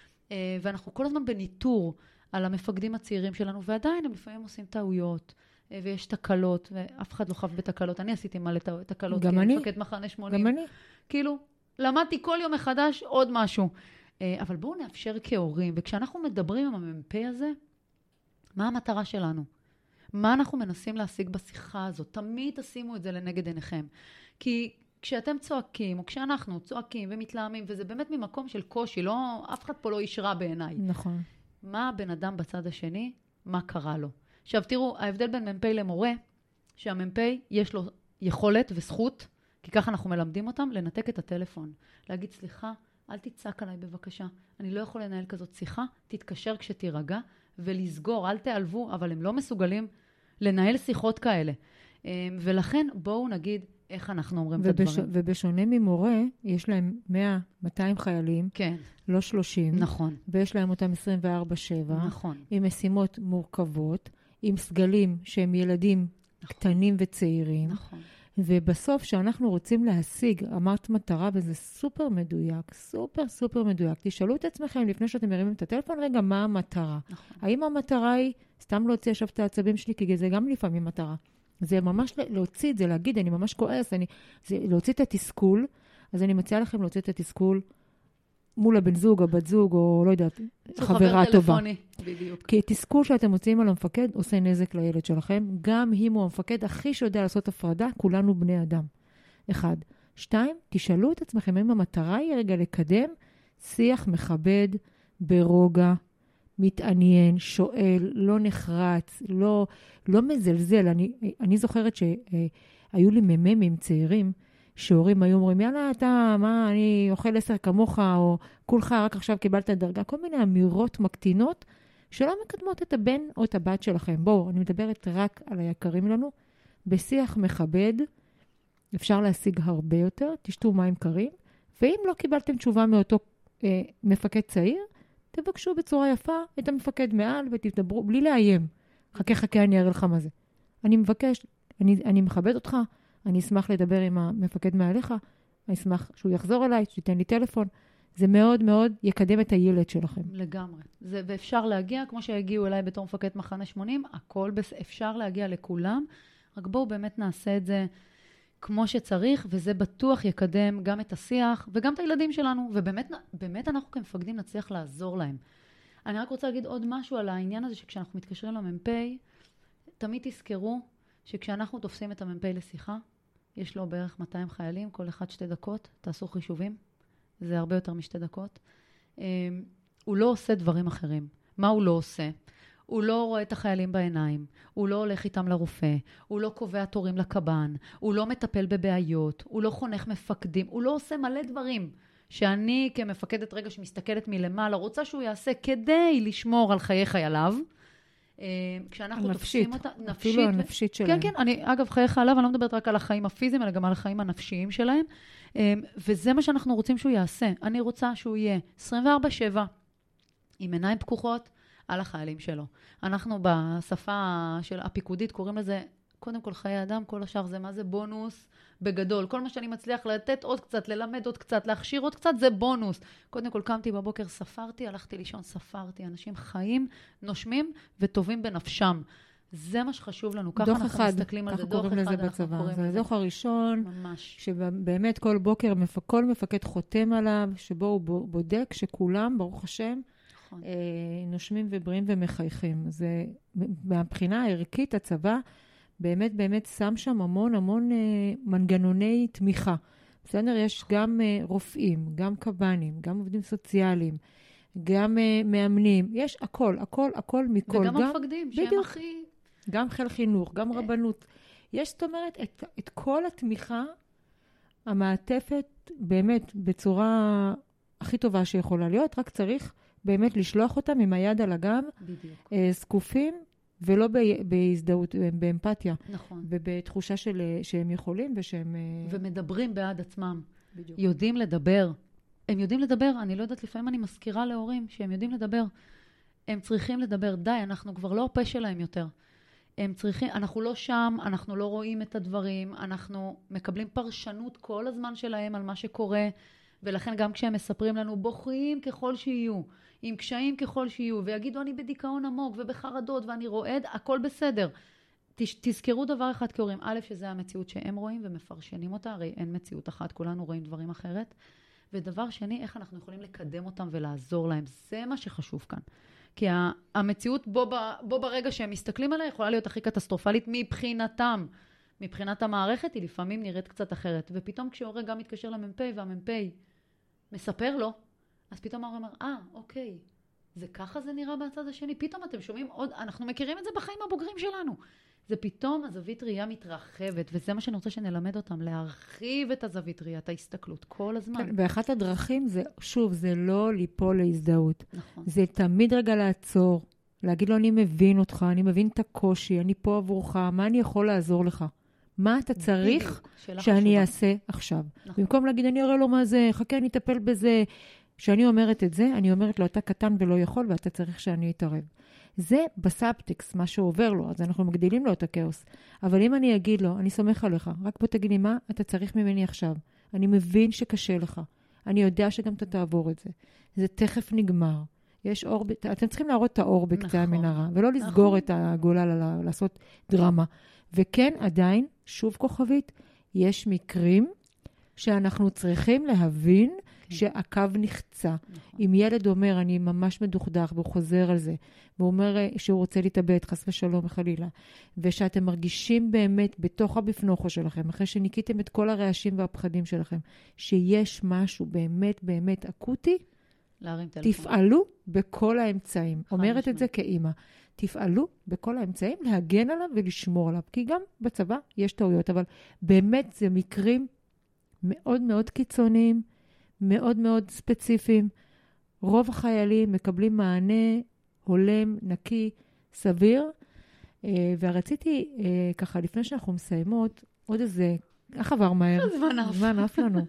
[SPEAKER 2] ואנחנו כל הזמן בניטור על המפקדים הצעירים שלנו, ועדיין הם לפעמים עושים טעויות, ויש תקלות, ואף אחד לא חף בתקלות. אני עשיתי מלא תקלות,
[SPEAKER 1] גם אני.
[SPEAKER 2] מפקד מחנה 80.
[SPEAKER 1] גם אני.
[SPEAKER 2] כאילו, למדתי כל יום מחדש עוד משהו. אבל בואו נאפשר כהורים, וכשאנחנו מדברים עם המ"פ הזה, מה המטרה שלנו? מה אנחנו מנסים להשיג בשיחה הזאת? תמיד תשימו את זה לנגד עיניכם. כי כשאתם צועקים, או כשאנחנו צועקים ומתלהמים, וזה באמת ממקום של קושי, לא, אף אחד פה לא ישרה בעיניי.
[SPEAKER 1] נכון.
[SPEAKER 2] מה הבן אדם בצד השני? מה קרה לו? עכשיו תראו, ההבדל בין מ"פ למורה, שהמ"פ יש לו יכולת וזכות, כי ככה אנחנו מלמדים אותם, לנתק את הטלפון. להגיד, סליחה, אל תצעק עליי בבקשה. אני לא יכול לנהל כזאת שיחה, תתקשר כשתירגע, ולסגור, אל תיעלבו, אבל הם לא מסוגלים לנהל שיחות כאלה. ולכן בואו נגיד איך אנחנו אומרים את הדברים.
[SPEAKER 1] ובשונה ממורה, יש להם 100-200 חיילים,
[SPEAKER 2] כן.
[SPEAKER 1] לא 30.
[SPEAKER 2] נכון.
[SPEAKER 1] ויש להם אותם 24/7.
[SPEAKER 2] נכון.
[SPEAKER 1] עם משימות מורכבות, עם סגלים שהם ילדים נכון. קטנים וצעירים.
[SPEAKER 2] נכון.
[SPEAKER 1] ובסוף שאנחנו רוצים להשיג, אמרת מטרה, וזה סופר מדויק, סופר מדויק. תשאלו את עצמכם לפני שאתם מרימים את הטלפון, רגע, מה המטרה? נכון. האם המטרה היא, סתם להוציא עכשיו את העצבים שלי, כי זה גם לפעמים מטרה. זה ממש להוציא את זה, להגיד, אני ממש כועס, זה להוציא את התסכול, אז אני מציעה לכם להוציא את התסכול מול הבן זוג, הבת זוג, או לא יודעת, חברה טובה.
[SPEAKER 2] טלפוני, בדיוק.
[SPEAKER 1] כי התסכול שאתם מוציאים על המפקד עושה נזק לילד שלכם, גם אם הוא המפקד הכי שיודע לעשות הפרדה, כולנו בני אדם. 1. 2, תשאלו את עצמכם, אם המטרה היא רגע לקדם שיח מכבד, ברוגע, מתעניין, שואל, לא נחרץ, לא מזלזל. אני זוכרת שהיו לי מממים צעירים, שהורים היו אומרים, יאללה, אתה, מה, אני אוכל 10 כמוך, או כולך רק עכשיו קיבלת דרגה, כל מיני אמירות מקטינות, שלא מקדמות את הבן או את הבת שלכם. בואו, אני מדברת רק על היקרים לנו. בשיח מכבד, אפשר להשיג הרבה יותר, תשתו מים קרים, ואם לא קיבלתם תשובה מאותו מפקד צעיר, תבקשו בצורה יפה את המפקד מעל ותדברו, בלי לאיים. חכה, אני אראה לך מה זה. אני מבקש, אני מכבד אותך, אני אשמח לדבר עם המפקד מעליך, אני אשמח שהוא יחזור אליי, שייתן לי טלפון. זה מאוד מאוד יקדם את הילד שלכם.
[SPEAKER 2] לגמרי. ואפשר להגיע, כמו שהגיעו אליי בתור מפקד מחנה 80, הכל אפשר להגיע לכולם, רק בואו באמת נעשה את זה כמו שצריך, וזה בטוח יקדם גם את השיח וגם את הילדים שלנו, ובאמת אנחנו כמפקדים נצליח לעזור להם. אני רק רוצה להגיד עוד משהו על העניין הזה, שכשאנחנו מתקשרים למ"פ, תמיד תזכרו שכשאנחנו תופסים את המ"פ לשיחה, יש לו בערך 200 חיילים, כל אחד 2 דקות, תעשו חישובים, זה הרבה יותר מ2 דקות. הוא לא עושה דברים אחרים. מה הוא לא עושה? הוא לא רואה את החיילים בעיניים, הוא לא הולך איתם לרופא, הוא לא קובע תורים לקב"ן, הוא לא מטפל בבעיות, הוא לא חונך מפקדים, הוא לא עושה מלא דברים שאני כמפקדת רגע שמסתכלת מלמעלה, רוצה שהוא יעשה כדי לשמור על חיי חייליו, כשאנחנו תופסים אותה, נפשית.
[SPEAKER 1] אפילו הנפשית שלהם.
[SPEAKER 2] כן, כן, אגב, חיי חייליו, אני לא מדברת רק על החיים הפיזיים, אלא גם על החיים הנפשיים שלהם, וזה מה שאנחנו רוצים שהוא יעשה. אני רוצה שהוא יהיה 24/7, עם עיניים פקוחות, על החיילים שלו. אנחנו בשפה של הפיקודית קוראים לזה, קודם כל חיי אדם, כל השאר זה מה זה בונוס בגדול. כל מה שאני מצליח לתת עוד קצת, ללמד עוד קצת, להכשיר עוד קצת, זה בונוס. קודם כל קמתי בבוקר, ספרתי, הלכתי לישון, ספרתי. אנשים חיים, נושמים וטובים בנפשם. זה מה שחשוב לנו. ככה אנחנו מסתכלים על זה.
[SPEAKER 1] דוח אחד, אנחנו קוראים לזה בצבא. זה הדוח הראשון,
[SPEAKER 2] ממש.
[SPEAKER 1] שבאמת כל בוקר כל מפקד חותם עליו, שבו הוא בודק שכולם, ברוך השם, נושמים ובריאים ומחייכים. זה, מהבחינה הערכית, הצבא באמת באמת שם שם המון מנגנוני תמיכה. בסדר? יש גם רופאים, גם קב"נים, גם עובדים סוציאליים, גם מאמנים. יש הכל מכל.
[SPEAKER 2] וגם המפקדים, שהם הכי...
[SPEAKER 1] גם חיל חינוך, גם רבנות. יש, זאת אומרת, את כל התמיכה, המעטפת, באמת, בצורה הכי טובה שיכולה להיות, רק צריך באמת לשלוח אותם עם היד על הגב, זקופים, ולא בהזדהות, באמפתיה.
[SPEAKER 2] נכון.
[SPEAKER 1] ובתחושה שהם יכולים ושהם...
[SPEAKER 2] ומדברים בעד עצמם.
[SPEAKER 1] בדיוק.
[SPEAKER 2] יודעים לדבר. הם יודעים לדבר, אני לא יודעת, לפעמים אני מזכירה להורים שהם יודעים לדבר. הם צריכים לדבר, די, אנחנו כבר לא הפה שלהם יותר. הם צריכים, אנחנו לא שם, אנחנו לא רואים את הדברים, אנחנו מקבלים פרשנות כל הזמן שלהם על מה שקורה, ולכן גם כשהם מספרים לנו, בוכים ככל שיהיו, עם קשיים ככל שיהיו, ויגידו אני בדיכאון עמוק ובחרדות ואני רועד, הכל בסדר. תזכרו דבר אחד כהורים, א', שזה המציאות שהם רואים ומפרשנים אותה, הרי אין מציאות אחת, כולנו רואים דברים אחרת. ודבר שני, איך אנחנו יכולים לקדם אותם ולעזור להם. זה מה שחשוב כאן. כי המציאות בו ברגע שהם מסתכלים עליה, יכולה להיות הכי קטסטרופלית מבחינתם. מבחינת המערכת היא לפעמים נראית קצת אחרת. ופתאום כשהורה גם מתקשר למ"פ והמ"פ מספר לו, אז פתאום ההורה אומר, אוקיי, זה ככה זה נראה בצד השני. פתאום אתם שומעים עוד, אנחנו מכירים את זה בחיים הבוגרים שלנו. זה פתאום הזווית ראייה מתרחבת, וזה מה שאני רוצה שנלמד אותם, להרחיב את הזווית ראייה, את ההסתכלות, כל הזמן.
[SPEAKER 1] כן, באחת הדרכים זה, שוב, זה לא ליפול להזדהות.
[SPEAKER 2] נכון.
[SPEAKER 1] זה תמיד רגע לעצור, להגיד לו, אני מבין אותך, אני מבין את הקושי, אני פה עבורך, מה אני יכול לעזור לך? מה אתה צריך שאני אעשה עכשיו? נכון. במקום להגיד, אני אראה לו מה זה, חכה, אני אטפל בזה. כשאני אומרת את זה, אני אומרת לו, אתה קטן ולא יכול, ואתה צריך שאני אתערב. זה בסאבטקסט, מה שעובר לו, אז אנחנו מגדילים לו את הכאוס. אבל אם אני אגיד לו, אני סומך עליך, רק בוא תגיד לי מה אתה צריך ממני עכשיו. אני מבין שקשה לך. אני יודע שגם אתה תעבור את זה. זה תכף נגמר. יש אור, אתם צריכים להראות את האור בקצה המנהרה, ולא לסגור את הגולל, לעשות דרמה. וכן, עדיין, שוב כוכבית, יש מקרים שאנחנו צריכים להבין שהקו נחצה. אם ילד אומר, אני ממש מדוכדך, והוא חוזר על זה, והוא אומר שהוא רוצה להתאבד, חס ושלום וחלילה, ושאתם מרגישים באמת בתוך הבפנוכו שלכם, אחרי שניקיתם את כל הרעשים והפחדים שלכם, שיש משהו באמת באמת אקוטי, תפעלו בכל האמצעים. אומרת את זה כאימא. תפעלו בכל האמצעים, להגן עליו ולשמור עליו, כי גם בצבא יש טעויות, אבל באמת זה מקרים מאוד מאוד קיצוניים, מאוד מאוד ספציפיים. רוב החיילים מקבלים מענה הולם, נקי, סביר, ורציתי ככה, לפני שאנחנו מסיימות, עוד איזה, איך עבר מהר? זמן עף לנו.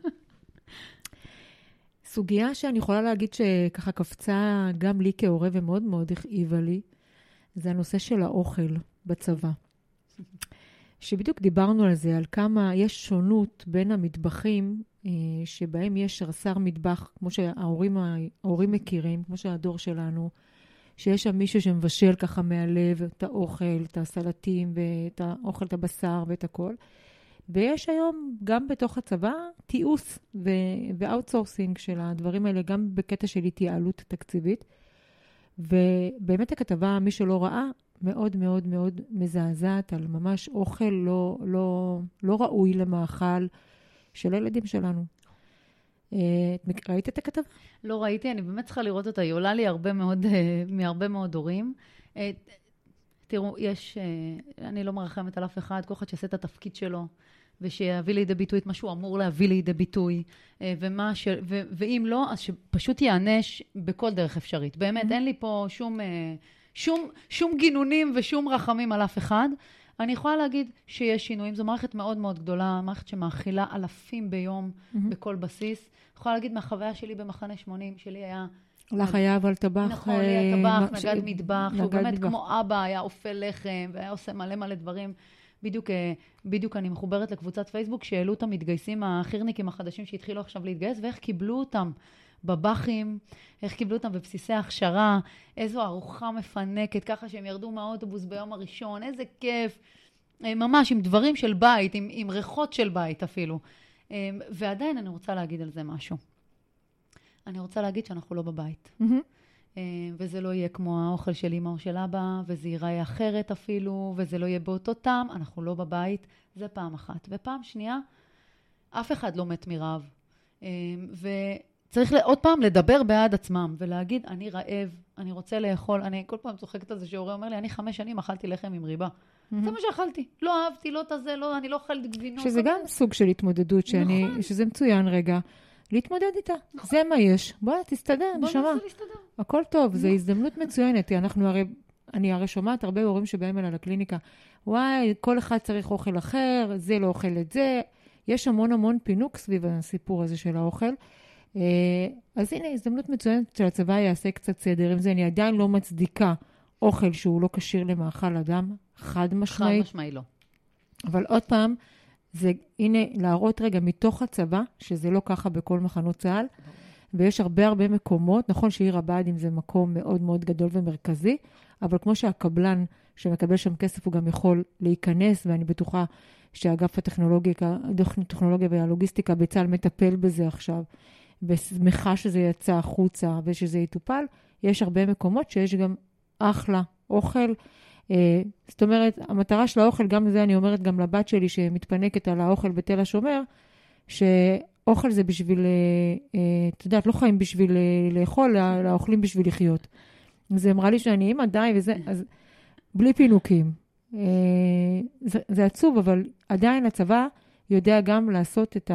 [SPEAKER 1] סוגיה שאני יכולה להגיד שככה קפצה גם לי כהורה ומאוד מאוד הכאיבה לי, זה הנושא של האוכל בצבא. שבדיוק דיברנו על זה, על כמה יש שונות בין המטבחים, שבהם יש רס"ר מטבח, כמו שההורים מכירים, כמו שהדור שלנו, שיש שם מישהו שמבשל ככה מהלב את האוכל, את הסלטים, ואת האוכל, את הבשר ואת הכל. ויש היום גם בתוך הצבא תיעוש ואוטסורסינג של הדברים האלה, גם בקטע של התייעלות תקציבית. ובאמת הכתבה, מי שלא ראה, מאוד מאוד מאוד מזעזעת על ממש אוכל לא ראוי למאכל של הילדים שלנו. ראית את הכתבה?
[SPEAKER 2] לא ראיתי, אני באמת צריכה לראות אותה. היא עולה לי מהרבה מאוד הורים. תראו, אני לא מרחמת על אף אחד, כל אחד שעשה את התפקיד שלו, ושיביא לידי ביטוי את מה שהוא אמור להביא לידי ביטוי, ואם לא, אז שפשוט יענש בכל דרך אפשרית. באמת, אין לי פה שום גינונים ושום רחמים על אף אחד. אני יכולה להגיד שיש שינויים, זו מערכת מאוד מאוד גדולה, מערכת שמאכילה אלפים ביום בכל בסיס. אני יכולה להגיד מהחוויה שלי במחנה 80, שלי היה...
[SPEAKER 1] לך היה אבל טבח.
[SPEAKER 2] נכון, לי היה טבח, נגד מטבח, שהוא באמת כמו אבא, היה אופה לחם, והיה עושה מלא דברים. בדיוק אני מחוברת לקבוצת פייסבוק, שהעלו את המתגייסים החירניקים החדשים שהתחילו עכשיו להתגייס, ואיך קיבלו אותם בבחים, איך קיבלו אותם בבסיסי הכשרה, איזו ארוחה מפנקת, ככה שהם ירדו מהאוטובוס ביום הראשון, איזה כיף, ממש עם דברים של בית, עם ריחות של בית אפילו. ועדיין אני רוצה להגיד על זה משהו. אני רוצה להגיד שאנחנו לא בבית. וזה לא יהיה כמו האוכל של אמא או של אבא, וזה ייראה אחרת אפילו, וזה לא יהיה באותו טעם, אנחנו לא בבית, זה פעם אחת. ופעם שנייה, אף אחד לא מת מרעב. וצריך עוד פעם לדבר בעד עצמם, ולהגיד, אני רעב, אני רוצה לאכול, אני כל פעם צוחקת על זה שההורה אומר לי, אני 5 שנים אכלתי לחם עם ריבה. זה מה שאכלתי. לא אהבתי, לא תזה, לא, אני לא אוכלת גבינות.
[SPEAKER 1] שזה גם סוג של התמודדות, שזה מצוין רגע. להתמודד איתה. זה מה יש. בוא, תסתדר, נשמה.
[SPEAKER 2] בוא ננסה להסתדר.
[SPEAKER 1] הכל טוב, זו הזדמנות מצוינת. אני הרי שומעת הרבה הורים שבאים אליי לקליניקה. וואי, כל אחד צריך אוכל אחר, זה לא אוכל את זה. יש המון פינוק סביב הסיפור הזה של האוכל. אז הנה, הזדמנות מצוינת שהצבא יעשה קצת סדר. עם זה אני עדיין לא מצדיקה אוכל שהוא לא קשיר למאכל אדם. חד משמעית.
[SPEAKER 2] חד משמעית לא.
[SPEAKER 1] אבל עוד פעם, זה, הנה, להראות רגע מתוך הצבא, שזה לא ככה בכל מחנות צה"ל, ויש הרבה מקומות, נכון שעיר הבה"דים זה מקום מאוד מאוד גדול ומרכזי, אבל כמו שהקבלן שמקבל שם כסף הוא גם יכול להיכנס, ואני בטוחה שאגף הטכנולוגיה והלוגיסטיקה בצה"ל מטפל בזה עכשיו, ושמחה שזה יצא החוצה ושזה יטופל, יש הרבה מקומות שיש גם אחלה אוכל, זאת אומרת, המטרה של האוכל, גם זה אני אומרת גם לבת שלי שמתפנקת על האוכל בתל השומר, שאוכל זה בשביל, את יודעת, לא חיים בשביל לאכול, אלא אוכלים בשביל לחיות. זה אמרה לי שאני אמא די וזה, אז בלי פינוקים. זה עצוב, אבל עדיין הצבא יודע גם לעשות את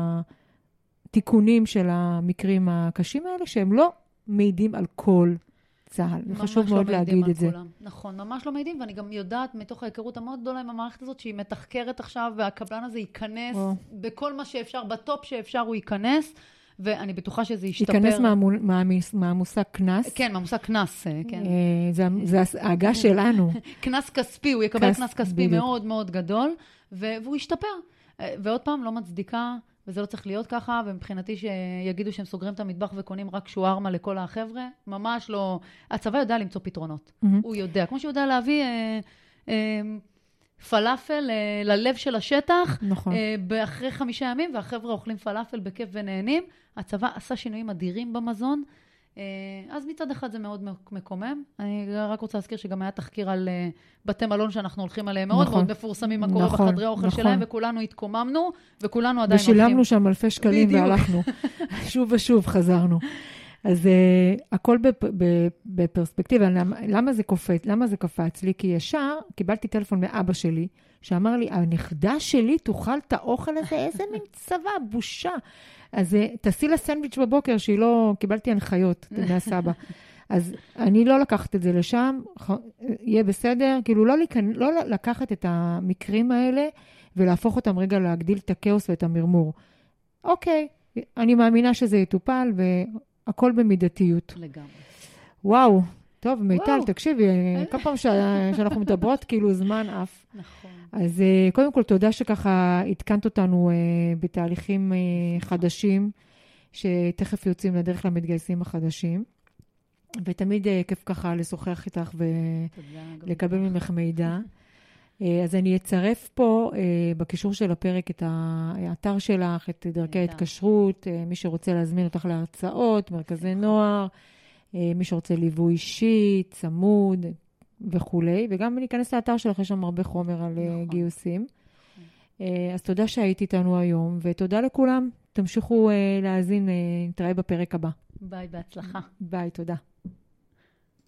[SPEAKER 1] התיקונים של המקרים הקשים האלה, שהם לא מעידים על כל צה"ל. וחשוב מאוד להגיד את זה.
[SPEAKER 2] נכון, ממש לא מעידים, ואני גם יודעת מתוך ההיכרות המאוד גדולה עם המערכת הזאת, שהיא מתחקרת עכשיו, והקבלן הזה ייכנס בכל מה שאפשר, בטופ שאפשר הוא ייכנס, ואני בטוחה שזה ישתפר.
[SPEAKER 1] ייכנס מהמושג כנס.
[SPEAKER 2] כן, מהמושג כנס, כן.
[SPEAKER 1] זה ההגה שלנו.
[SPEAKER 2] כנס כספי, הוא יקבל כנס כספי מאוד מאוד גדול, והוא ישתפר. ועוד פעם, לא מצדיקה, וזה לא צריך להיות ככה, ומבחינתי שיגידו שהם סוגרים את המטבח וקונים רק שוארמה לכל החבר'ה, ממש לא. הצבא יודע למצוא פתרונות. הוא יודע. כמו שהוא יודע להביא פלאפל ללב של השטח, אחרי 5 ימים, והחבר'ה אוכלים פלאפל בכיף ונהנים. הצבא עשה שינויים אדירים במזון, אז מצד אחד זה מאוד מקומם. אני רק רוצה להזכיר שגם היה תחקיר על בתי מלון שאנחנו הולכים עליהם, מאוד מאוד מפורסמים מה קורה בחדרי האוכל שלהם, וכולנו התקוממנו, וכולנו עדיין הולכים.
[SPEAKER 1] ושילמנו שם אלפי שקלים והלכנו. שוב ושוב חזרנו. אז הכל בפרספקטיבה. למה זה קפץ לי? כי ישר קיבלתי טלפון מאבא שלי, שאמר לי, הנכדה שלי תאכל את האוכל הזה, איזה מין צבא, בושה. אז תעשי לה סנדוויץ' בבוקר, שהיא לא, קיבלתי הנחיות מהסבא. אז אני לא לקחת את זה לשם, יהיה בסדר, כאילו לא לקחת את המקרים האלה, ולהפוך אותם רגע להגדיל את הכאוס ואת המרמור. אוקיי, אני מאמינה שזה יטופל, והכל במידתיות.
[SPEAKER 2] לגמרי.
[SPEAKER 1] וואו, טוב, מיטל, תקשיבי, כל פעם שאנחנו מדברות, כאילו זמן אף.
[SPEAKER 2] נכון.
[SPEAKER 1] אז קודם כל, תודה שככה התקנת אותנו בתהליכים חדשים, שתכף יוצאים לדרך למתגייסים החדשים. ותמיד כיף ככה לשוחח איתך ולקבל ממך מידע. אז אני אצרף פה בקישור של הפרק את האתר שלך, את דרכי ההתקשרות, מי שרוצה להזמין אותך להרצאות, מרכזי נוער, מי שרוצה ליווי אישי, צמוד וכולי, וגם ניכנס לאתר שלך, יש שם הרבה חומר על גיוסים. אז תודה שהיית איתנו היום, ותודה לכולם. תמשיכו להאזין, נתראה בפרק הבא.
[SPEAKER 2] ביי, בהצלחה.
[SPEAKER 1] ביי, תודה.